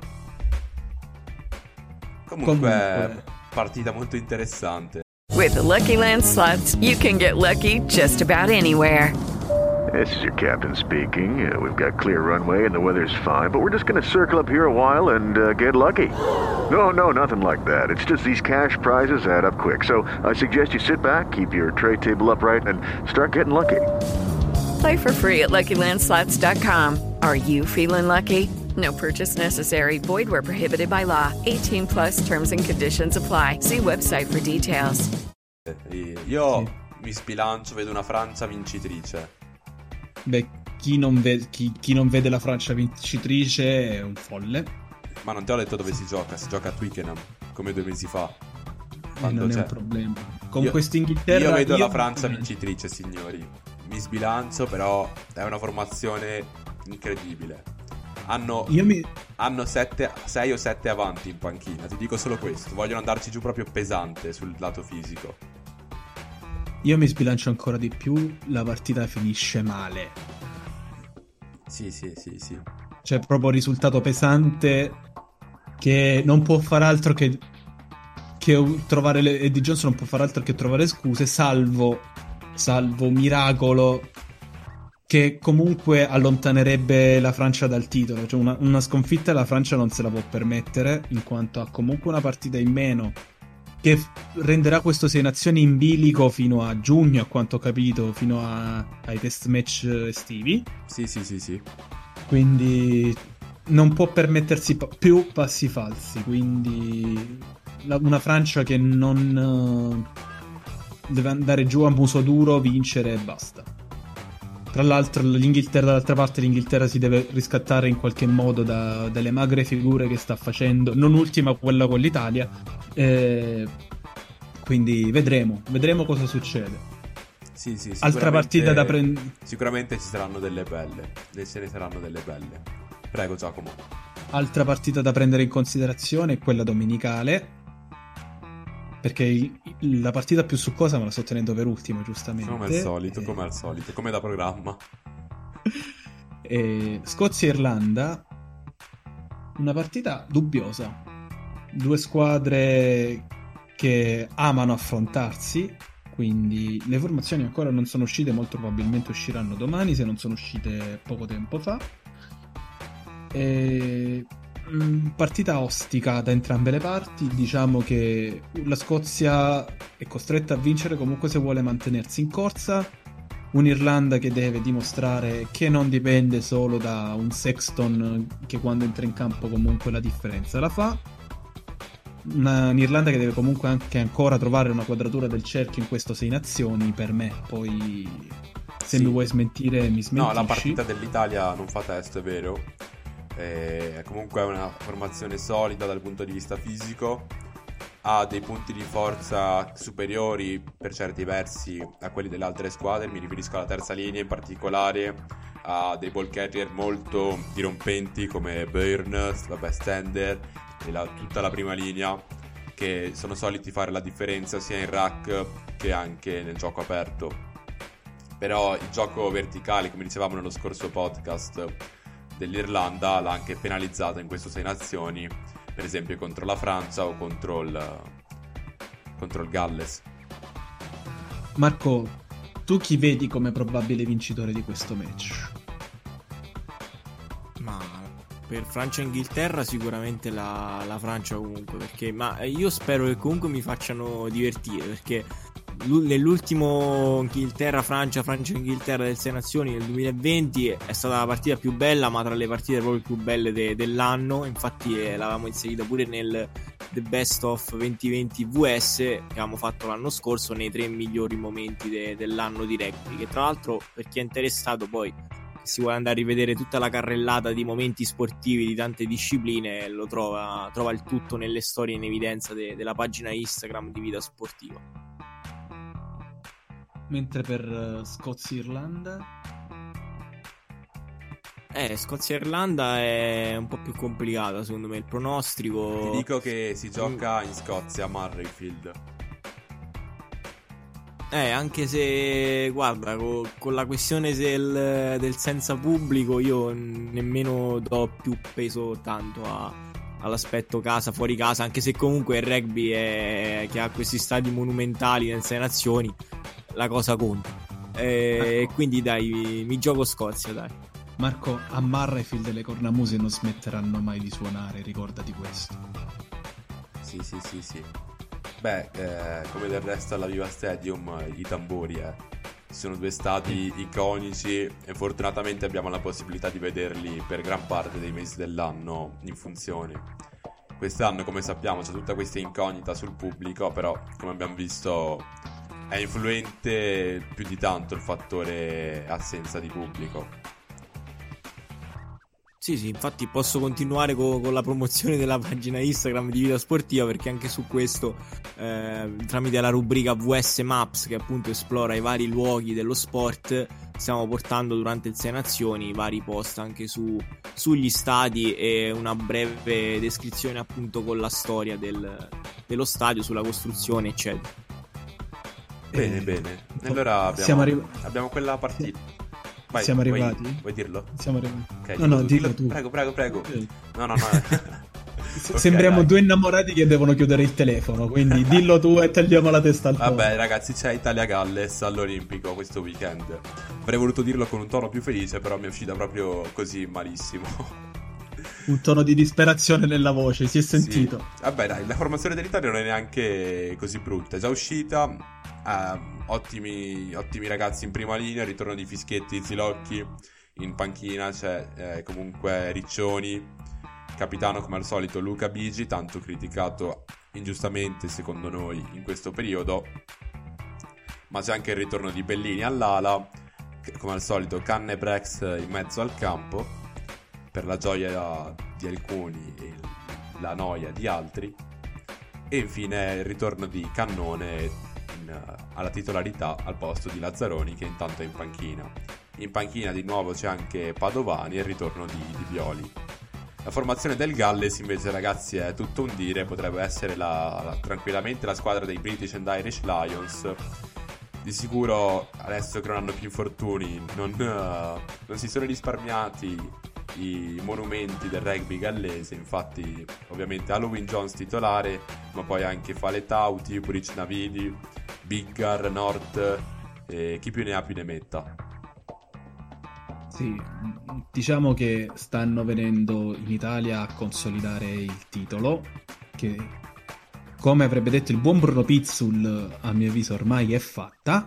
[SPEAKER 8] Comunque,
[SPEAKER 7] Comunque,
[SPEAKER 8] partita molto interessante.
[SPEAKER 10] With the Lucky Land Slots, you can get lucky just about anywhere.
[SPEAKER 11] This is your captain speaking. Uh, we've got clear runway and the weather's fine, but we're just going to circle up here a while and uh, get lucky. No, no, nothing like that. It's just these cash prizes add up quick. So I suggest you sit back, keep your tray table upright, and start getting lucky.
[SPEAKER 10] Play for free at Lucky Land Slots dot com. Are you feeling lucky? No purchase necessary. Void where prohibited by law. eighteen plus terms and conditions apply. See website for details.
[SPEAKER 8] Io
[SPEAKER 7] sì.
[SPEAKER 8] mi sbilancio, vedo una Francia vincitrice.
[SPEAKER 7] Beh, chi non, ve- chi, chi non vede la Francia vincitrice è un folle.
[SPEAKER 8] Ma non ti ho detto dove si gioca, si gioca a Twickenham, come due mesi fa.
[SPEAKER 7] E non
[SPEAKER 8] c'è.
[SPEAKER 7] è un problema. Con
[SPEAKER 8] io,
[SPEAKER 7] quest'Inghilterra...
[SPEAKER 8] Io vedo
[SPEAKER 7] io...
[SPEAKER 8] la Francia vincitrice, signori. Mi sbilancio, però è una formazione incredibile. Hanno,
[SPEAKER 7] io mi...
[SPEAKER 8] hanno sei o sette avanti in panchina, ti dico solo questo. Vogliono andarci giù proprio pesante sul lato fisico.
[SPEAKER 7] Io mi sbilancio ancora di più, la partita finisce male.
[SPEAKER 8] Sì, sì, sì, sì.
[SPEAKER 7] C'è proprio un risultato pesante che non può fare altro che, che trovare le... Eddie Jones non può fare altro che trovare scuse, salvo, salvo miracolo che comunque allontanerebbe la Francia dal titolo. Cioè una, una sconfitta la Francia non se la può permettere, in quanto ha comunque una partita in meno che renderà questo Sei Nazioni in bilico fino a giugno, a quanto ho capito, fino a, ai test match estivi.
[SPEAKER 8] Sì, sì, sì, sì.
[SPEAKER 7] Quindi non può permettersi pa- più passi falsi. Quindi la, una Francia che non uh, deve andare giù a muso duro, vincere e basta. Tra l'altro l'Inghilterra, dall'altra parte l'Inghilterra si deve riscattare in qualche modo da, dalle magre figure che sta facendo, non ultima quella con l'Italia, eh, quindi vedremo, vedremo cosa succede.
[SPEAKER 8] Sì, sì,
[SPEAKER 7] altra partita da prendere.
[SPEAKER 8] Sicuramente ci saranno delle belle, ce ne saranno delle belle. Prego Giacomo.
[SPEAKER 7] Altra partita da prendere in considerazione è quella domenicale, perché il, la partita più succosa me la sto tenendo per ultima, giustamente.
[SPEAKER 8] Come al solito,
[SPEAKER 7] eh...
[SPEAKER 8] come al solito, come da programma.
[SPEAKER 7] E Scozia e Irlanda, una partita dubbiosa. Due squadre che amano affrontarsi, quindi le formazioni ancora non sono uscite, molto probabilmente usciranno domani, se non sono uscite poco tempo fa. E... partita ostica da entrambe le parti. Diciamo che la Scozia è costretta a vincere comunque se vuole mantenersi in corsa, un'Irlanda che deve dimostrare che non dipende solo da un Sexton che quando entra in campo comunque la differenza la fa, una, un'Irlanda che deve comunque anche ancora trovare una quadratura del cerchio in questo Sei Nazioni, per me. Poi se sì. mi vuoi smentire mi smentisci.
[SPEAKER 8] No, la partita dell'Italia non fa testo, è vero. È comunque una formazione solida dal punto di vista fisico, ha dei punti di forza superiori per certi versi a quelli delle altre squadre, mi riferisco alla terza linea in particolare, ha dei ball carrier molto dirompenti come Burns, vabbè, Stender e la, tutta la prima linea, che sono soliti fare la differenza sia in rack che anche nel gioco aperto. Però il gioco verticale, come dicevamo nello scorso podcast, dell'Irlanda l'ha anche penalizzata in questo Sei Nazioni, per esempio contro la Francia o contro il contro il Galles.
[SPEAKER 7] Marco, tu chi vedi come probabile vincitore di questo match?
[SPEAKER 9] Ma per Francia e Inghilterra sicuramente la, la Francia comunque, perché ma io spero che comunque mi facciano divertire, perché nell'ultimo Inghilterra-Francia, Francia-Inghilterra del Sei Nazioni nel duemilaventi è stata la partita più bella, ma tra le partite proprio più belle de- dell'anno. Infatti eh, l'avevamo inserita pure nel The Best of duemilaventi V S che avevamo fatto l'anno scorso, nei tre migliori momenti de- dell'anno di rugby, che tra l'altro, per chi è interessato poi, che si vuole andare a rivedere tutta la carrellata di momenti sportivi di tante discipline, lo trova, trova il tutto nelle storie in evidenza de- della pagina Instagram di Vita Sportiva.
[SPEAKER 7] Mentre per uh, Scozia-Irlanda?
[SPEAKER 9] Eh, Scozia-Irlanda è un po' più complicata secondo me il pronostico.
[SPEAKER 8] Ti dico che si gioca in Scozia, a Murrayfield.
[SPEAKER 9] Eh, anche se, guarda, co- con la questione del, del senza pubblico io nemmeno do più peso tanto a, all'aspetto casa, fuori casa, anche se comunque il rugby è, che ha questi stadi monumentali nel Sei Nazioni, la cosa conta. E
[SPEAKER 7] Marco,
[SPEAKER 9] quindi dai, mi gioco Scozia, dai.
[SPEAKER 7] Marco, a Murrayfield le cornamuse non smetteranno mai di suonare, ricordati questo.
[SPEAKER 8] Sì, sì, sì, sì. Beh, eh, come del resto alla Viva Stadium, i tamburi, eh. Ci sono due stadi iconici e fortunatamente abbiamo la possibilità di vederli per gran parte dei mesi dell'anno in funzione. Quest'anno, come sappiamo, c'è tutta questa incognita sul pubblico, però, come abbiamo visto, è influente più di tanto il fattore assenza di pubblico.
[SPEAKER 9] Sì, sì, infatti posso continuare co- con la promozione della pagina Instagram di Vita Sportiva, perché anche su questo, eh, tramite la rubrica V S Maps, che appunto esplora i vari luoghi dello sport, stiamo portando durante il Sei Nazioni vari post anche su, sugli stadi e una breve descrizione appunto con la storia del, dello stadio, sulla costruzione, eccetera.
[SPEAKER 8] Bene, bene. Allora abbiamo,
[SPEAKER 7] Siamo arri-
[SPEAKER 8] abbiamo quella partita. Vai,
[SPEAKER 7] Siamo arrivati?
[SPEAKER 8] Vuoi, vuoi dirlo?
[SPEAKER 7] Siamo arrivati.
[SPEAKER 8] Okay,
[SPEAKER 7] no, no,
[SPEAKER 8] tu,
[SPEAKER 7] dillo
[SPEAKER 8] dillo
[SPEAKER 7] tu.
[SPEAKER 8] Prego, prego, prego. No, no, no. Okay,
[SPEAKER 7] sembriamo
[SPEAKER 8] dai.
[SPEAKER 7] Due innamorati che devono chiudere il telefono, quindi dillo tu e tagliamo la testa al
[SPEAKER 8] Vabbè,
[SPEAKER 7] fuoco.
[SPEAKER 8] ragazzi, c'è Italia-Galles all'Olimpico questo weekend. Avrei voluto dirlo con un tono più felice, però mi è uscita proprio così malissimo.
[SPEAKER 7] Un tono di disperazione nella voce, si è sentito.
[SPEAKER 8] Sì. Vabbè, dai, la formazione dell'Italia non è neanche così brutta, è già uscita. Eh, ottimi, ottimi ragazzi in prima linea, ritorno di Fischetti, Zilocchi. In panchina c'è eh, comunque Riccioni, capitano come al solito Luca Bigi, tanto criticato ingiustamente secondo noi in questo periodo, ma c'è anche il ritorno di Bellini all'ala come al solito Canne Brex in mezzo al campo per la gioia di alcuni e la noia di altri, e infine il ritorno di Cannone in, alla titolarità al posto di Lazzaroni, che intanto è in panchina. In panchina di nuovo c'è anche Padovani e il ritorno di, di Violi. La formazione del Galles invece, ragazzi, è tutto un dire, potrebbe essere la, la, tranquillamente la squadra dei British and Irish Lions. Di sicuro adesso che non hanno più infortuni non, uh, non si sono risparmiati i monumenti del rugby gallese. Infatti ovviamente Halloween Jones titolare, ma poi anche Faletau, Tiburic, Navidi, Biggar, North e chi più ne ha più ne metta.
[SPEAKER 7] Sì, diciamo che stanno venendo in Italia a consolidare il titolo, che come avrebbe detto il buon Bruno Pizzul, a mio avviso ormai è fatta.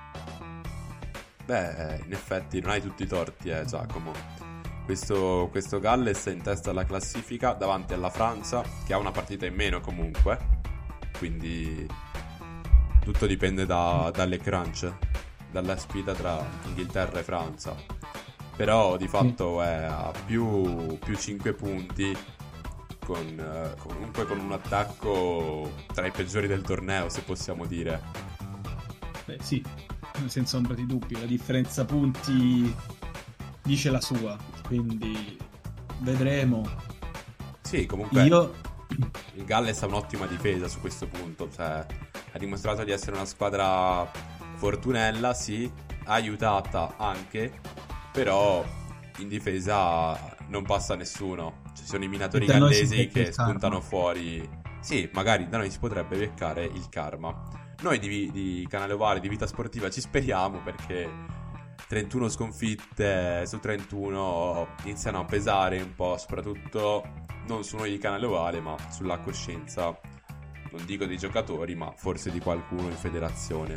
[SPEAKER 8] Beh, in effetti non hai tutti i torti, eh Giacomo. Questo, questo Galles è in testa alla classifica davanti alla Francia, che ha una partita in meno comunque, quindi tutto dipende da, dalle crunch, dalla sfida tra Inghilterra e Francia. Però di fatto è a più, più cinque punti, con, eh, comunque con un attacco tra i peggiori del torneo, se possiamo dire.
[SPEAKER 7] Beh sì, senza ombra di dubbio, la differenza punti dice la sua, quindi vedremo.
[SPEAKER 8] Sì, comunque
[SPEAKER 7] Io...
[SPEAKER 8] il Galles ha un'ottima difesa su questo punto, cioè ha dimostrato di essere una squadra fortunella, sì, aiutata anche, però in difesa non passa nessuno. Ci sono i minatori gallesi che spuntano fuori. Sì, magari da noi si potrebbe beccare il karma. Noi di, di Canale Ovale, di Vita Sportiva, ci speriamo, perché trentuno sconfitte su trentuno iniziano a pesare un po', soprattutto non su noi di Canale Ovale, ma sulla coscienza, non dico dei giocatori, ma forse di qualcuno in federazione.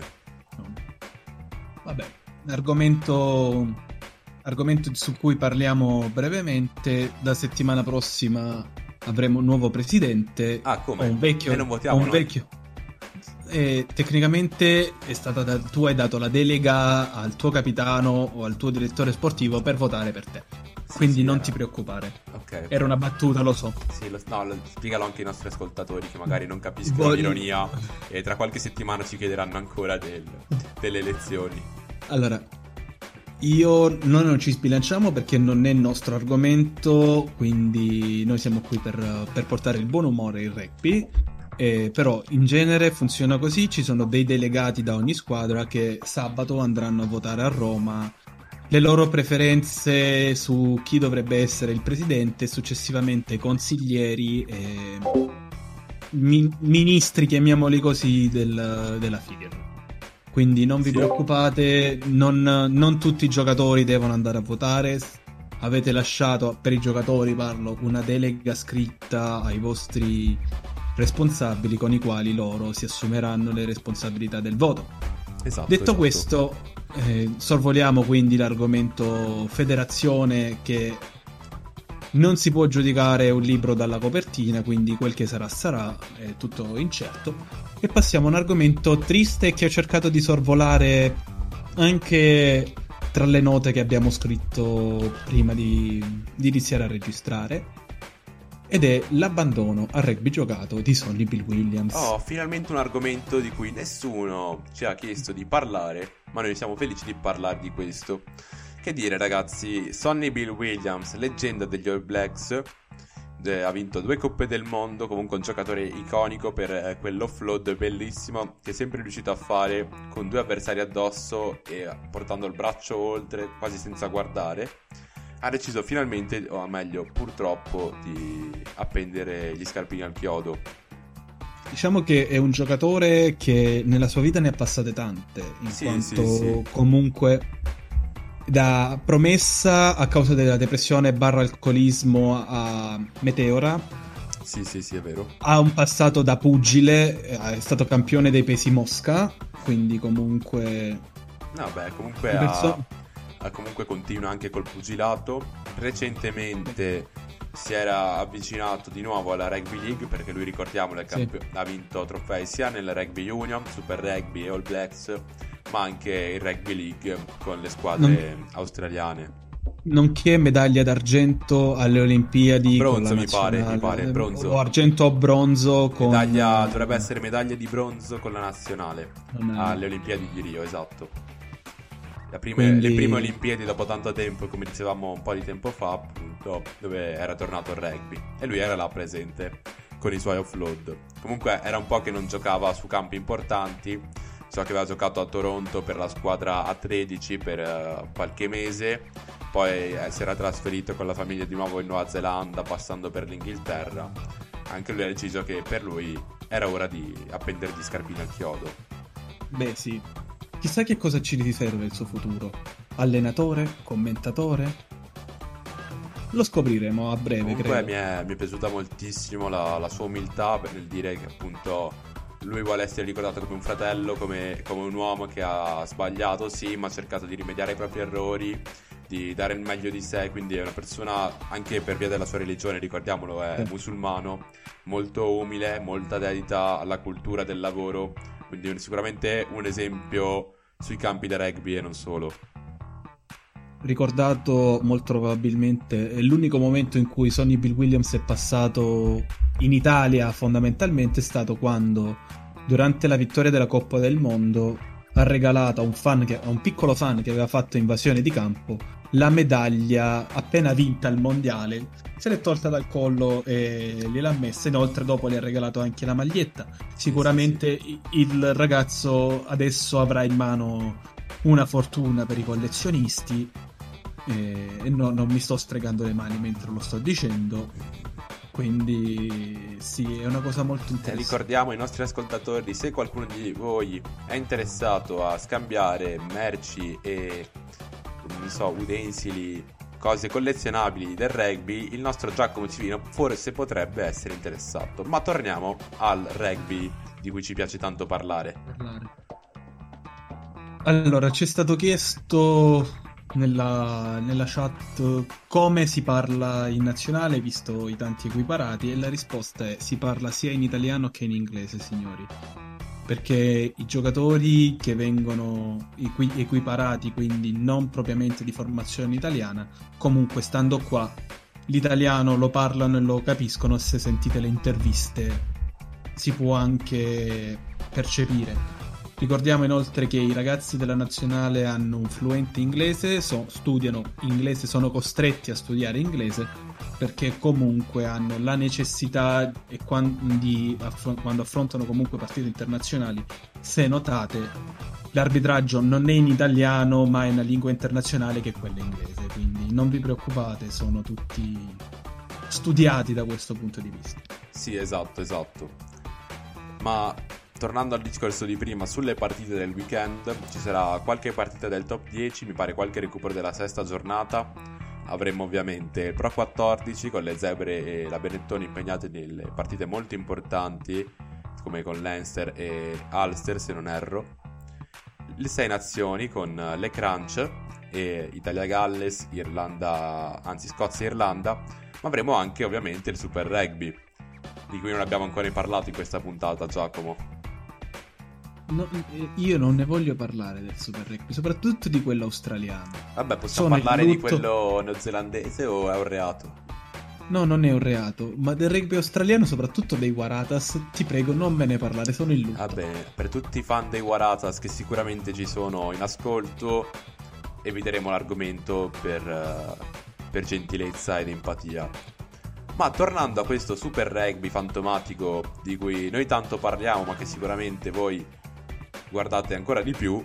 [SPEAKER 7] Vabbè, argomento argomento su cui parliamo brevemente. Da settimana prossima avremo un nuovo presidente.
[SPEAKER 8] Ah, come?
[SPEAKER 7] Un vecchio,
[SPEAKER 8] e non votiamo
[SPEAKER 7] un
[SPEAKER 8] noi?
[SPEAKER 7] vecchio. E tecnicamente è stata da, tu hai dato la delega al tuo capitano o al tuo direttore sportivo per votare per te.
[SPEAKER 8] Sì,
[SPEAKER 7] Quindi
[SPEAKER 8] sì,
[SPEAKER 7] non
[SPEAKER 8] era...
[SPEAKER 7] ti preoccupare.
[SPEAKER 8] Okay,
[SPEAKER 7] era una battuta, lo so.
[SPEAKER 8] Sì, lo, no, lo, spiegalo anche ai nostri ascoltatori che magari non capiscono
[SPEAKER 7] Voglio...
[SPEAKER 8] l'ironia e tra qualche settimana ci chiederanno ancora del, delle elezioni.
[SPEAKER 7] Allora, io noi non ci sbilanciamo perché non è il nostro argomento, quindi noi siamo qui per, per portare il buon umore e il rugby. Eh, però in genere funziona così: ci sono dei delegati da ogni squadra che sabato andranno a votare a Roma le loro preferenze su chi dovrebbe essere il presidente, successivamente consiglieri e mi- ministri, chiamiamoli così, del, della F I R. Quindi non vi sì. preoccupate, non, non tutti i giocatori devono andare a votare. Avete lasciato, per i giocatori parlo, una delega scritta ai vostri responsabili con i quali loro si assumeranno le responsabilità del voto.
[SPEAKER 8] Esatto,
[SPEAKER 7] Detto
[SPEAKER 8] esatto.
[SPEAKER 7] questo, eh, sorvoliamo quindi l'argomento federazione, che non si può giudicare un libro dalla copertina, quindi quel che sarà sarà, è tutto incerto. E passiamo a un argomento triste che ho cercato di sorvolare anche tra le note che abbiamo scritto prima di, di iniziare a registrare, ed è l'abbandono al rugby giocato di Sonny Bill Williams.
[SPEAKER 8] Oh, finalmente un argomento di cui nessuno ci ha chiesto di parlare, ma noi siamo felici di parlare di questo. Che dire, ragazzi, Sonny Bill Williams, leggenda degli All Blacks, eh, ha vinto due coppe del mondo, comunque un giocatore iconico per eh, quell'offload bellissimo che è sempre riuscito a fare con due avversari addosso e portando il braccio oltre, quasi senza guardare. Ha deciso finalmente, o meglio purtroppo, di appendere gli scarpini al chiodo.
[SPEAKER 7] Diciamo che è un giocatore che nella sua vita ne ha passate tante, in
[SPEAKER 8] sì,
[SPEAKER 7] quanto
[SPEAKER 8] sì, sì.
[SPEAKER 7] comunque da promessa a causa della depressione barra alcolismo a Meteora.
[SPEAKER 8] Sì, sì, sì, è vero.
[SPEAKER 7] Ha un passato da pugile, è stato campione dei pesi mosca, quindi comunque...
[SPEAKER 8] No, beh, comunque perso- ha... comunque continua anche col pugilato. Recentemente si era avvicinato di nuovo alla Rugby League, perché lui, ricordiamolo, è camp- sì. ha vinto trofei sia nel Rugby Union, Super Rugby e All Blacks, ma anche il Rugby League con le squadre non... australiane.
[SPEAKER 7] Nonché medaglia d'argento alle Olimpiadi.
[SPEAKER 8] Bronzo mi pare, mi pare, bronzo.
[SPEAKER 7] O argento o bronzo con...
[SPEAKER 8] Medaglia, dovrebbe essere medaglia di bronzo con la nazionale alle Olimpiadi di Rio, esatto. La prima, Quindi... Le prime Olimpiadi dopo tanto tempo, come dicevamo un po' di tempo fa, appunto, dove era tornato il rugby. E lui era là presente con i suoi offload. Comunque era un po' che non giocava su campi importanti. So che aveva giocato a Toronto per la squadra A tredici per uh, qualche mese, poi eh, si era trasferito con la famiglia di nuovo in Nuova Zelanda, passando per l'Inghilterra. Anche lui ha deciso che per lui era ora di appendere gli scarpini al chiodo.
[SPEAKER 7] Beh sì, chissà che cosa ci riserva il suo futuro. Allenatore? Commentatore? Lo scopriremo a breve.
[SPEAKER 8] Comunque
[SPEAKER 7] credo.
[SPEAKER 8] Mi è, mi è piaciuta moltissimo la, la sua umiltà nel dire che appunto lui vuole essere ricordato come un fratello, come, come un uomo che ha sbagliato, sì, ma ha cercato di rimediare ai propri errori, di dare il meglio di sé. Quindi è una persona, anche per via della sua religione, ricordiamolo, è musulmano, molto umile, molta dedita alla cultura del lavoro, quindi sicuramente un esempio sui campi da rugby e non solo.
[SPEAKER 7] Ricordato molto probabilmente è l'unico momento in cui Sonny Bill Williams è passato in Italia, fondamentalmente è stato quando durante la vittoria della Coppa del Mondo ha regalato a un fan che, a un piccolo fan che aveva fatto invasione di campo la medaglia appena vinta al mondiale, se l'è tolta dal collo e gliel'ha messa. Inoltre dopo le ha regalato anche la maglietta. Sicuramente sì, sì. Il ragazzo adesso avrà in mano una fortuna per i collezionisti. E no, non mi sto stregando le mani mentre lo sto dicendo, quindi sì, è una cosa molto interessante.
[SPEAKER 8] Ricordiamo ai nostri ascoltatori, se qualcuno di voi è interessato a scambiare merci e non so, utensili, cose collezionabili del rugby, il nostro Giacomo Civino forse potrebbe essere interessato. Ma torniamo al rugby di cui ci piace tanto parlare.
[SPEAKER 7] Allora, ci è stato chiesto Nella, nella chat come si parla in nazionale, visto i tanti equiparati, e la risposta è: si parla sia in italiano che in inglese, signori, perché i giocatori che vengono equi- equiparati, quindi non propriamente di formazione italiana, comunque stando qua l'italiano lo parlano e lo capiscono. Se sentite le interviste si può anche percepire. Ricordiamo inoltre che i ragazzi della nazionale hanno un fluente inglese, so, studiano inglese, sono costretti a studiare inglese perché comunque hanno la necessità, e quando, di, affron- quando affrontano comunque partite internazionali, se notate, l'arbitraggio non è in italiano ma è una lingua internazionale che è quella inglese, quindi non vi preoccupate, sono tutti studiati da questo punto di vista.
[SPEAKER 8] Sì, esatto, esatto. Ma tornando al discorso di prima, sulle partite del weekend ci sarà qualche partita del top dieci, mi pare qualche recupero della sesta giornata. Avremo ovviamente il Pro quattordici con le Zebre e la Benetton impegnate nelle partite molto importanti come con Leinster e Ulster, se non erro. Le sei nazioni con le Crunch e Italia-Galles, Irlanda, anzi Scozia e Irlanda, ma avremo anche ovviamente il Super Rugby, di cui non abbiamo ancora parlato in questa puntata, Giacomo.
[SPEAKER 7] No, io non ne voglio parlare del Super Rugby, soprattutto di quello australiano.
[SPEAKER 8] Vabbè, possiamo Sono parlare di quello neozelandese o è un reato?
[SPEAKER 7] No, non è un reato, ma del rugby australiano, soprattutto dei Waratahs, ti prego, non me ne parlare, sono in lutto.
[SPEAKER 8] Va bene, per tutti i fan dei Waratahs che sicuramente ci sono in ascolto, eviteremo l'argomento per, uh, per gentilezza ed empatia. Ma tornando a questo Super Rugby fantomatico di cui noi tanto parliamo, ma che sicuramente voi guardate ancora di più,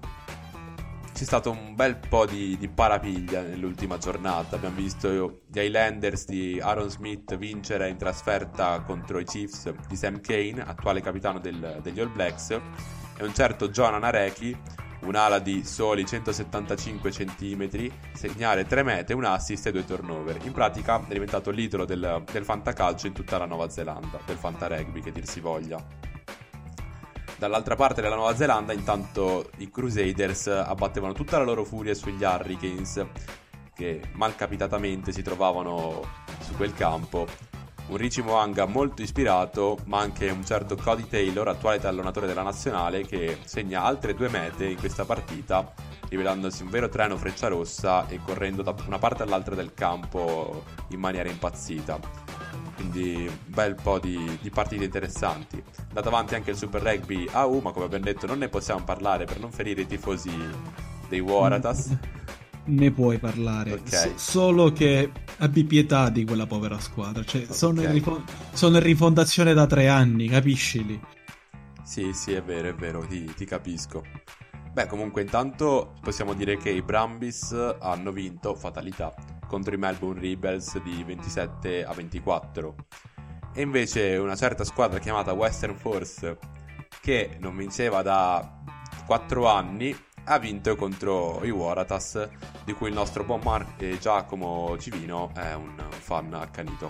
[SPEAKER 8] c'è stato un bel po' di, di parapiglia nell'ultima giornata. Abbiamo visto gli Highlanders di Aaron Smith vincere in trasferta contro i Chiefs di Sam Cane, attuale capitano del, degli All Blacks, e un certo Jonah Nareki, un'ala di soli centosettantacinque centimetri, segnare tre mete, un assist e due turnover. In pratica è diventato l'idolo del, del fantacalcio in tutta la Nuova Zelanda, del fantarugby che dir si voglia. Dall'altra parte della Nuova Zelanda intanto i Crusaders abbattevano tutta la loro furia sugli Hurricanes, che malcapitatamente si trovavano su quel campo, un Richie Mo'unga molto ispirato, ma anche un certo Cody Taylor, attuale tallonatore della nazionale, che segna altre due mete in questa partita, rivelandosi un vero treno frecciarossa e correndo da una parte all'altra del campo in maniera impazzita. Quindi un bel po' di, di partite interessanti. Andato avanti anche il Super Rugby A U, ma come abbiamo detto non ne possiamo parlare per non ferire i tifosi dei Waratahs.
[SPEAKER 7] Ne puoi parlare,
[SPEAKER 8] okay.
[SPEAKER 7] S- solo che abbi pietà di quella povera squadra, cioè
[SPEAKER 8] okay.
[SPEAKER 7] sono, in rifo- sono in rifondazione da tre anni, capiscili?
[SPEAKER 8] Sì, sì, è vero, è vero, ti, ti capisco. Beh, comunque intanto possiamo dire che i Brumbies hanno vinto, fatalità, contro i Melbourne Rebels di ventisette a ventiquattro. E invece una certa squadra chiamata Western Force, che non vinceva da quattro anni, ha vinto contro i Waratahs, di cui il nostro buon Mar- eh, Giacomo Civino è un fan accanito.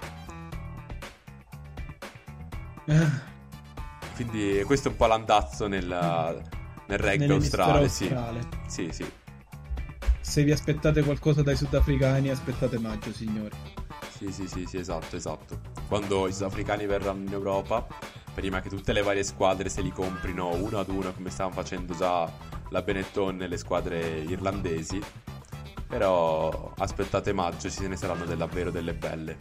[SPEAKER 7] Eh.
[SPEAKER 8] Quindi questo è un po' l'andazzo nel, nel rugby australe,
[SPEAKER 7] australe.
[SPEAKER 8] Sì. Sì, sì.
[SPEAKER 7] Se vi aspettate qualcosa dai sudafricani, aspettate maggio, signori.
[SPEAKER 8] Sì, sì, sì, sì, esatto, esatto. Quando i sudafricani verranno in Europa, prima che tutte le varie squadre se li comprino uno ad uno, come stavano facendo già la Benetton e le squadre irlandesi. Però aspettate maggio, ci ne saranno davvero delle belle.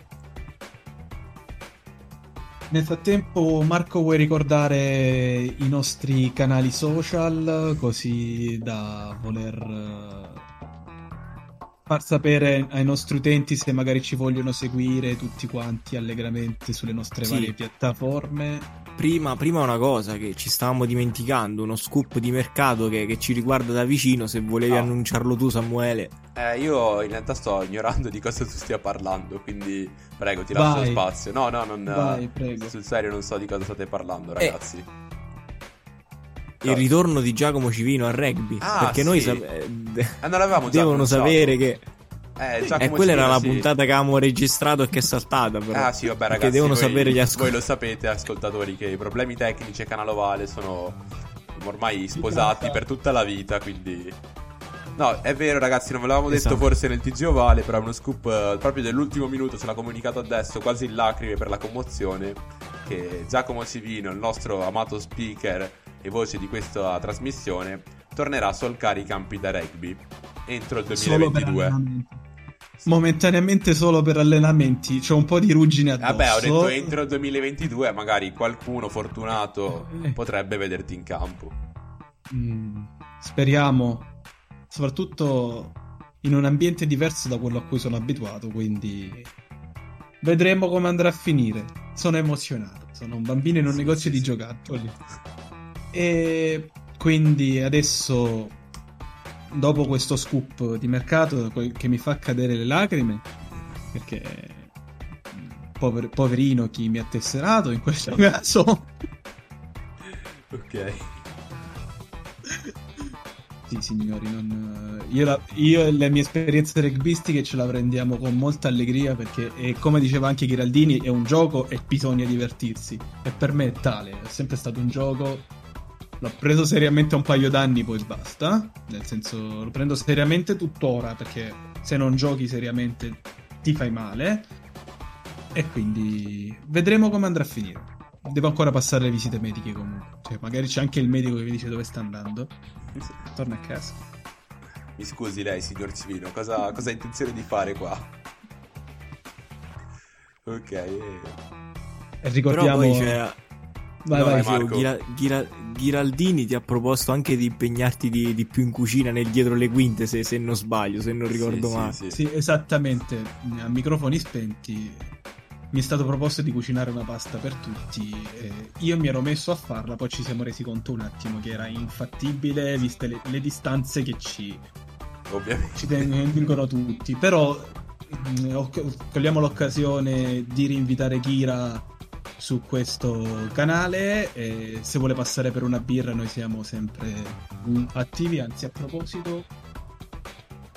[SPEAKER 7] Nel frattempo, Marco, vuoi ricordare i nostri canali social, così da voler far sapere ai nostri utenti se magari ci vogliono seguire tutti quanti allegramente sulle nostre
[SPEAKER 9] sì.
[SPEAKER 7] varie piattaforme?
[SPEAKER 9] Prima, prima una cosa che ci stavamo dimenticando, uno scoop di mercato che, che ci riguarda da vicino, se volevi
[SPEAKER 8] no.
[SPEAKER 9] annunciarlo tu, Samuele.
[SPEAKER 8] Eh, io in realtà sto ignorando di cosa tu stia parlando, quindi prego, ti lascio
[SPEAKER 7] Vai.
[SPEAKER 8] spazio. No, no, non,
[SPEAKER 7] Vai, prego.
[SPEAKER 8] Sul serio non so di cosa state parlando, ragazzi.
[SPEAKER 9] Eh. Il ritorno di Giacomo Civino al rugby,
[SPEAKER 8] ah,
[SPEAKER 9] perché
[SPEAKER 8] sì.
[SPEAKER 9] noi sap- eh,
[SPEAKER 8] eh, non l'avevamo già
[SPEAKER 9] devono
[SPEAKER 8] annunciato.
[SPEAKER 9] sapere che
[SPEAKER 8] Eh,
[SPEAKER 9] e
[SPEAKER 8] Giacomo
[SPEAKER 9] quella era
[SPEAKER 8] Civino,
[SPEAKER 9] la
[SPEAKER 8] sì.
[SPEAKER 9] puntata che avevamo registrato e che è saltata, però.
[SPEAKER 8] Ah sì, vabbè ragazzi,
[SPEAKER 9] perché devono
[SPEAKER 8] voi,
[SPEAKER 9] sapere gli
[SPEAKER 8] voi
[SPEAKER 9] ascoltatori.
[SPEAKER 8] lo sapete, ascoltatori, che i problemi tecnici a Canale Ovale sono ormai sposati per tutta la vita, quindi no, è vero ragazzi, non ve l'avevamo
[SPEAKER 9] Esatto.
[SPEAKER 8] detto forse nel T G Ovale, però è uno scoop eh, proprio dell'ultimo minuto, ce l'ha comunicato adesso, quasi in lacrime per la commozione, che Giacomo Civino, il nostro amato speaker e voce di questa trasmissione, tornerà a solcare i campi da rugby entro il duemilaventidue.
[SPEAKER 7] Momentaneamente solo per allenamenti, c'ho un po' di ruggine addosso.
[SPEAKER 8] Vabbè, ho detto entro il duemilaventidue, magari qualcuno fortunato
[SPEAKER 7] eh.
[SPEAKER 8] potrebbe vederti in campo.
[SPEAKER 7] Mm, speriamo, soprattutto in un ambiente diverso da quello a cui sono abituato, quindi vedremo come andrà a finire. Sono emozionato, sono un bambino in un
[SPEAKER 8] sì,
[SPEAKER 7] negozio
[SPEAKER 8] sì,
[SPEAKER 7] di
[SPEAKER 8] sì.
[SPEAKER 7] giocattoli. E quindi adesso, dopo questo scoop di mercato che mi fa cadere le lacrime, perché pover- poverino chi mi ha tesserato in questo caso.
[SPEAKER 8] Ok.
[SPEAKER 7] Sì, signori, non, io, la, io e le mie esperienze rugbistiche ce la prendiamo con molta allegria, perché è, come diceva anche Ghiraldini, è un gioco e bisogna divertirsi, e per me è tale, è sempre stato un gioco. L'ho preso seriamente un paio d'anni, poi basta, nel senso lo prendo seriamente tuttora, perché se non giochi seriamente ti fai male, e quindi vedremo come andrà a finire. Devo ancora passare le visite mediche comunque, cioè magari c'è anche il medico che mi dice dove sta andando. Torna a casa.
[SPEAKER 8] Mi scusi lei, signor Civino, cosa, cosa ha intenzione di fare qua? Ok.
[SPEAKER 7] E ricordiamo...
[SPEAKER 9] Però poi c'è...
[SPEAKER 7] Vai,
[SPEAKER 9] no,
[SPEAKER 7] vai,
[SPEAKER 9] dicevo, Ghira- Ghira- Ghiraldini ti ha proposto anche di impegnarti di, di più in cucina nel dietro le quinte, se, se non sbaglio, se non ricordo
[SPEAKER 8] sì,
[SPEAKER 9] male.
[SPEAKER 8] Sì, sì.
[SPEAKER 7] Sì, esattamente. A microfoni spenti mi è stato proposto di cucinare una pasta per tutti. E io mi ero messo a farla, poi ci siamo resi conto un attimo che era infattibile, viste le, le distanze che ci,
[SPEAKER 8] Ovviamente.
[SPEAKER 7] ci tengono tutti. Però mh, cogliamo l'occasione di rinvitare Ghira su questo canale, e se vuole passare per una birra noi siamo sempre attivi. Anzi, a proposito,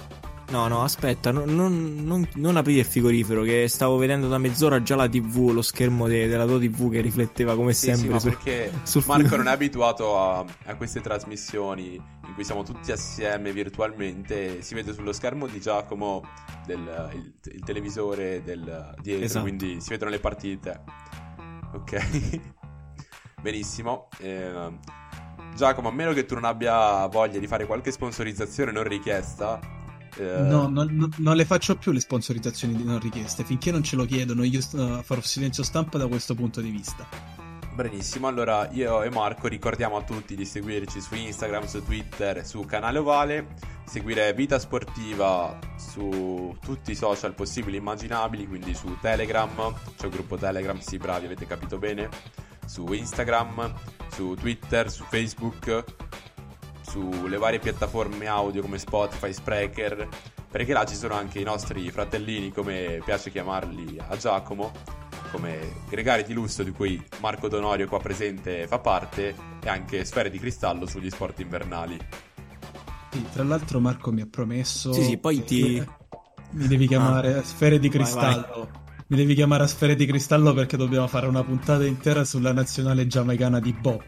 [SPEAKER 9] No, no, aspetta, non, non, non, non aprire il frigorifero, che stavo vedendo da mezz'ora già la tivù, lo schermo de, della tua tivù che rifletteva come
[SPEAKER 8] sì,
[SPEAKER 9] sempre.
[SPEAKER 8] Sì, ma
[SPEAKER 9] sul,
[SPEAKER 8] perché
[SPEAKER 9] sul
[SPEAKER 8] Marco non è abituato a, a queste trasmissioni in cui siamo tutti assieme virtualmente, si vede sullo schermo di Giacomo del, il, il televisore del, dietro, esatto. Quindi si vedono le partite. Ok, benissimo. Eh, Giacomo, a meno che tu non abbia voglia di fare qualche sponsorizzazione non richiesta...
[SPEAKER 7] Uh... No, non, non le faccio più le sponsorizzazioni non richieste. Finché non ce lo chiedono, io uh, farò silenzio stampa da questo punto di vista.
[SPEAKER 8] Benissimo, allora io e Marco ricordiamo a tutti di seguirci su Instagram, su Twitter, su Canale Ovale, seguire Vita Sportiva su tutti i social possibili e immaginabili, quindi su Telegram, c'è un gruppo Telegram, sì bravi, avete capito bene, su Instagram, su Twitter, su Facebook, sulle varie piattaforme audio come Spotify, Spreaker, perché là ci sono anche i nostri fratellini, come piace chiamarli a Giacomo, come Gregari di Lusso, di cui Marco Donorio qua presente fa parte, e anche Sfere di Cristallo sugli sport invernali.
[SPEAKER 7] Sì, tra l'altro Marco mi ha promesso
[SPEAKER 9] sì, sì, poi ti...
[SPEAKER 7] mi devi chiamare ah. Sfere di Cristallo. Vai, vai. Mi devi chiamare a Sfere di Cristallo perché dobbiamo fare una puntata intera sulla nazionale giamaicana di Bob.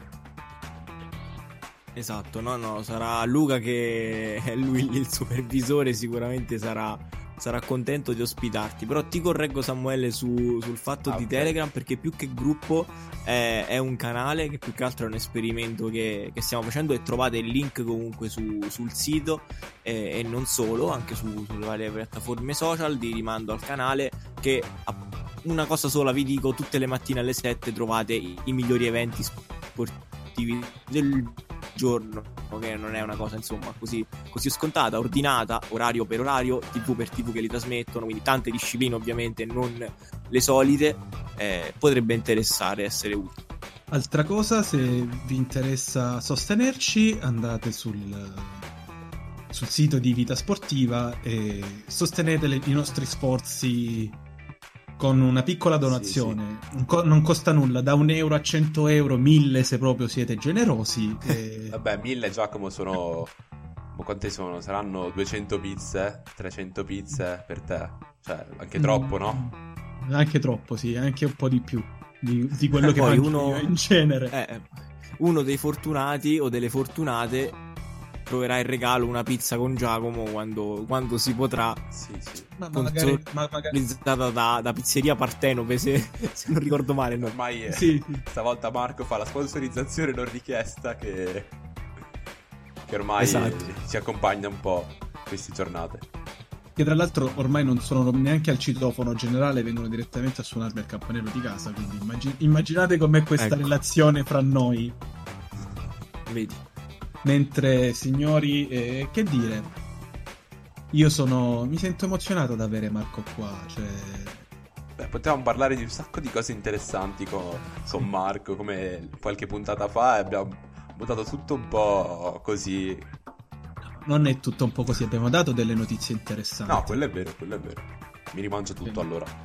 [SPEAKER 9] Esatto, no, no, sarà Luca che è lui il supervisore, sicuramente sarà, sarà contento di ospitarti. Però ti correggo, Samuele, su, sul fatto ah, di okay. Telegram, perché più che gruppo è, è un canale che più che altro è un esperimento che, che stiamo facendo, e trovate il link comunque su, sul sito e, e non solo, anche su, sulle varie piattaforme social. Vi rimando al canale, che una cosa sola vi dico: tutte le mattine alle sette trovate i, i migliori eventi sportivi del giorno, che non è una cosa insomma così, così scontata, ordinata, orario per orario, tv per tv che li trasmettono, quindi tante discipline ovviamente, non le solite. Eh, potrebbe interessare, essere utile.
[SPEAKER 7] Altra cosa, se vi interessa sostenerci, andate sul sul sito di Vita Sportiva e sostenete le, i nostri sforzi con una piccola donazione. Sì, sì. Non, co- non costa nulla, da un euro a cento euro, mille se proprio siete generosi. E...
[SPEAKER 8] Vabbè, mille, Giacomo, sono... Ma quante sono? Saranno duecento pizze? trecento pizze per te? Cioè, anche troppo, no?
[SPEAKER 7] Anche troppo, sì, anche un po' di più di, di quello che mangio uno... io in genere.
[SPEAKER 9] Eh, uno dei fortunati o delle fortunate troverà in regalo una pizza con Giacomo quando, quando si potrà.
[SPEAKER 8] Sì, sì.
[SPEAKER 7] Ma, ma magari, ma magari...
[SPEAKER 9] da, da Pizzeria Partenope, se, se non ricordo male, no?
[SPEAKER 8] Ormai è...
[SPEAKER 7] sì.
[SPEAKER 8] Stavolta Marco fa la sponsorizzazione non richiesta che, che ormai esatto. ci accompagna un po' queste giornate.
[SPEAKER 7] Che tra l'altro ormai non sono neanche al citofono generale, vengono direttamente a suonarmi al campanello di casa, quindi immagin- immaginate com'è questa ecco. relazione fra noi.
[SPEAKER 9] Vedi.
[SPEAKER 7] Mentre, signori, eh, che dire, io sono mi sento emozionato ad avere Marco qua, cioè...
[SPEAKER 8] Beh, potevamo parlare di un sacco di cose interessanti con, con Marco, come qualche puntata fa, e abbiamo buttato tutto un po' così.
[SPEAKER 7] Non è tutto un po' così, abbiamo dato delle notizie interessanti.
[SPEAKER 8] No, quello è vero, quello è vero. Mi rimangio tutto Bene. allora.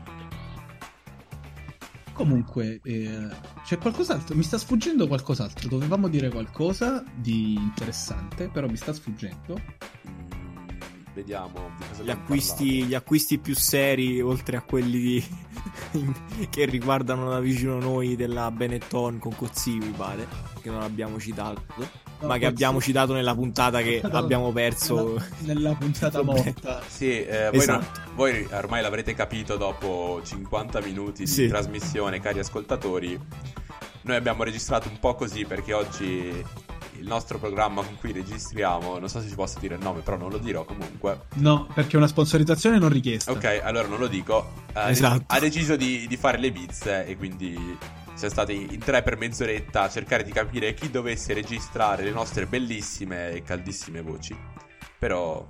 [SPEAKER 7] Comunque, eh, c'è qualcos'altro? Mi sta sfuggendo qualcos'altro. Dovevamo dire qualcosa di interessante, però mi sta sfuggendo.
[SPEAKER 8] Mm, vediamo di cosa
[SPEAKER 9] gli acquisti, gli acquisti più seri, oltre a quelli di... che riguardano da vicino noi, della Benetton con Cozzì, mi pare, che non abbiamo citato, no, ma che abbiamo citato nella puntata che abbiamo perso
[SPEAKER 7] nella, nella puntata morta.
[SPEAKER 8] Sì, eh, voi, esatto. non, voi ormai l'avrete capito dopo cinquanta minuti di sì. trasmissione, cari ascoltatori. Noi abbiamo registrato un po' così perché oggi il nostro programma con cui registriamo, non so se ci posso dire il nome, però non lo dirò comunque.
[SPEAKER 7] No, perché è una sponsorizzazione non richiesta.
[SPEAKER 8] Ok, allora non lo dico. Uh, esatto. Ha deciso di, di fare le bizze e quindi siamo stati in tre per mezz'oretta a cercare di capire chi dovesse registrare le nostre bellissime e caldissime voci. Però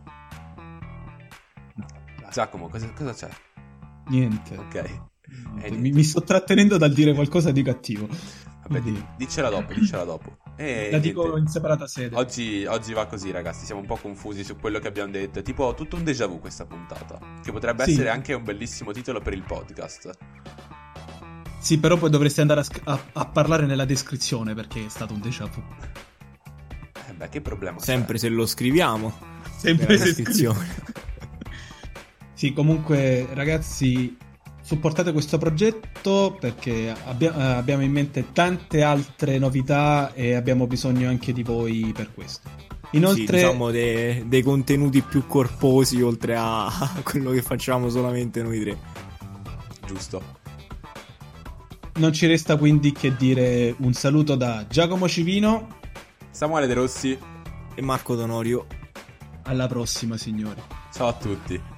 [SPEAKER 8] Giacomo, cosa, cosa c'è?
[SPEAKER 7] Niente.
[SPEAKER 8] Ok.
[SPEAKER 7] Niente. Mi, mi sto trattenendo dal dire qualcosa di cattivo.
[SPEAKER 8] Vabbè, di, dicela dopo, dicela dopo. E
[SPEAKER 7] la dico niente. In separata sede.
[SPEAKER 8] Oggi, oggi va così, ragazzi. Siamo un po' confusi su quello che abbiamo detto. È tipo tutto un déjà vu questa puntata, che potrebbe sì. essere anche un bellissimo titolo per il podcast.
[SPEAKER 7] Sì, però poi dovresti andare a, a, a parlare nella descrizione, perché è stato un déjà vu.
[SPEAKER 8] Eh beh, che problema
[SPEAKER 9] sempre
[SPEAKER 8] c'è?
[SPEAKER 9] Se lo scriviamo.
[SPEAKER 7] Sempre se scriviamo. Sì, comunque ragazzi, supportate questo progetto perché abbia- eh, abbiamo in mente tante altre novità e abbiamo bisogno anche di voi per questo. Inoltre,
[SPEAKER 9] sì, diciamo de- dei contenuti più corposi oltre a quello che facciamo solamente noi tre.
[SPEAKER 8] Giusto.
[SPEAKER 7] non ci resta quindi che dire un saluto da Giacomo Civino,
[SPEAKER 8] Samuele De Rossi
[SPEAKER 9] e Marco Donorio.
[SPEAKER 7] Alla prossima, signori.
[SPEAKER 8] Ciao a tutti.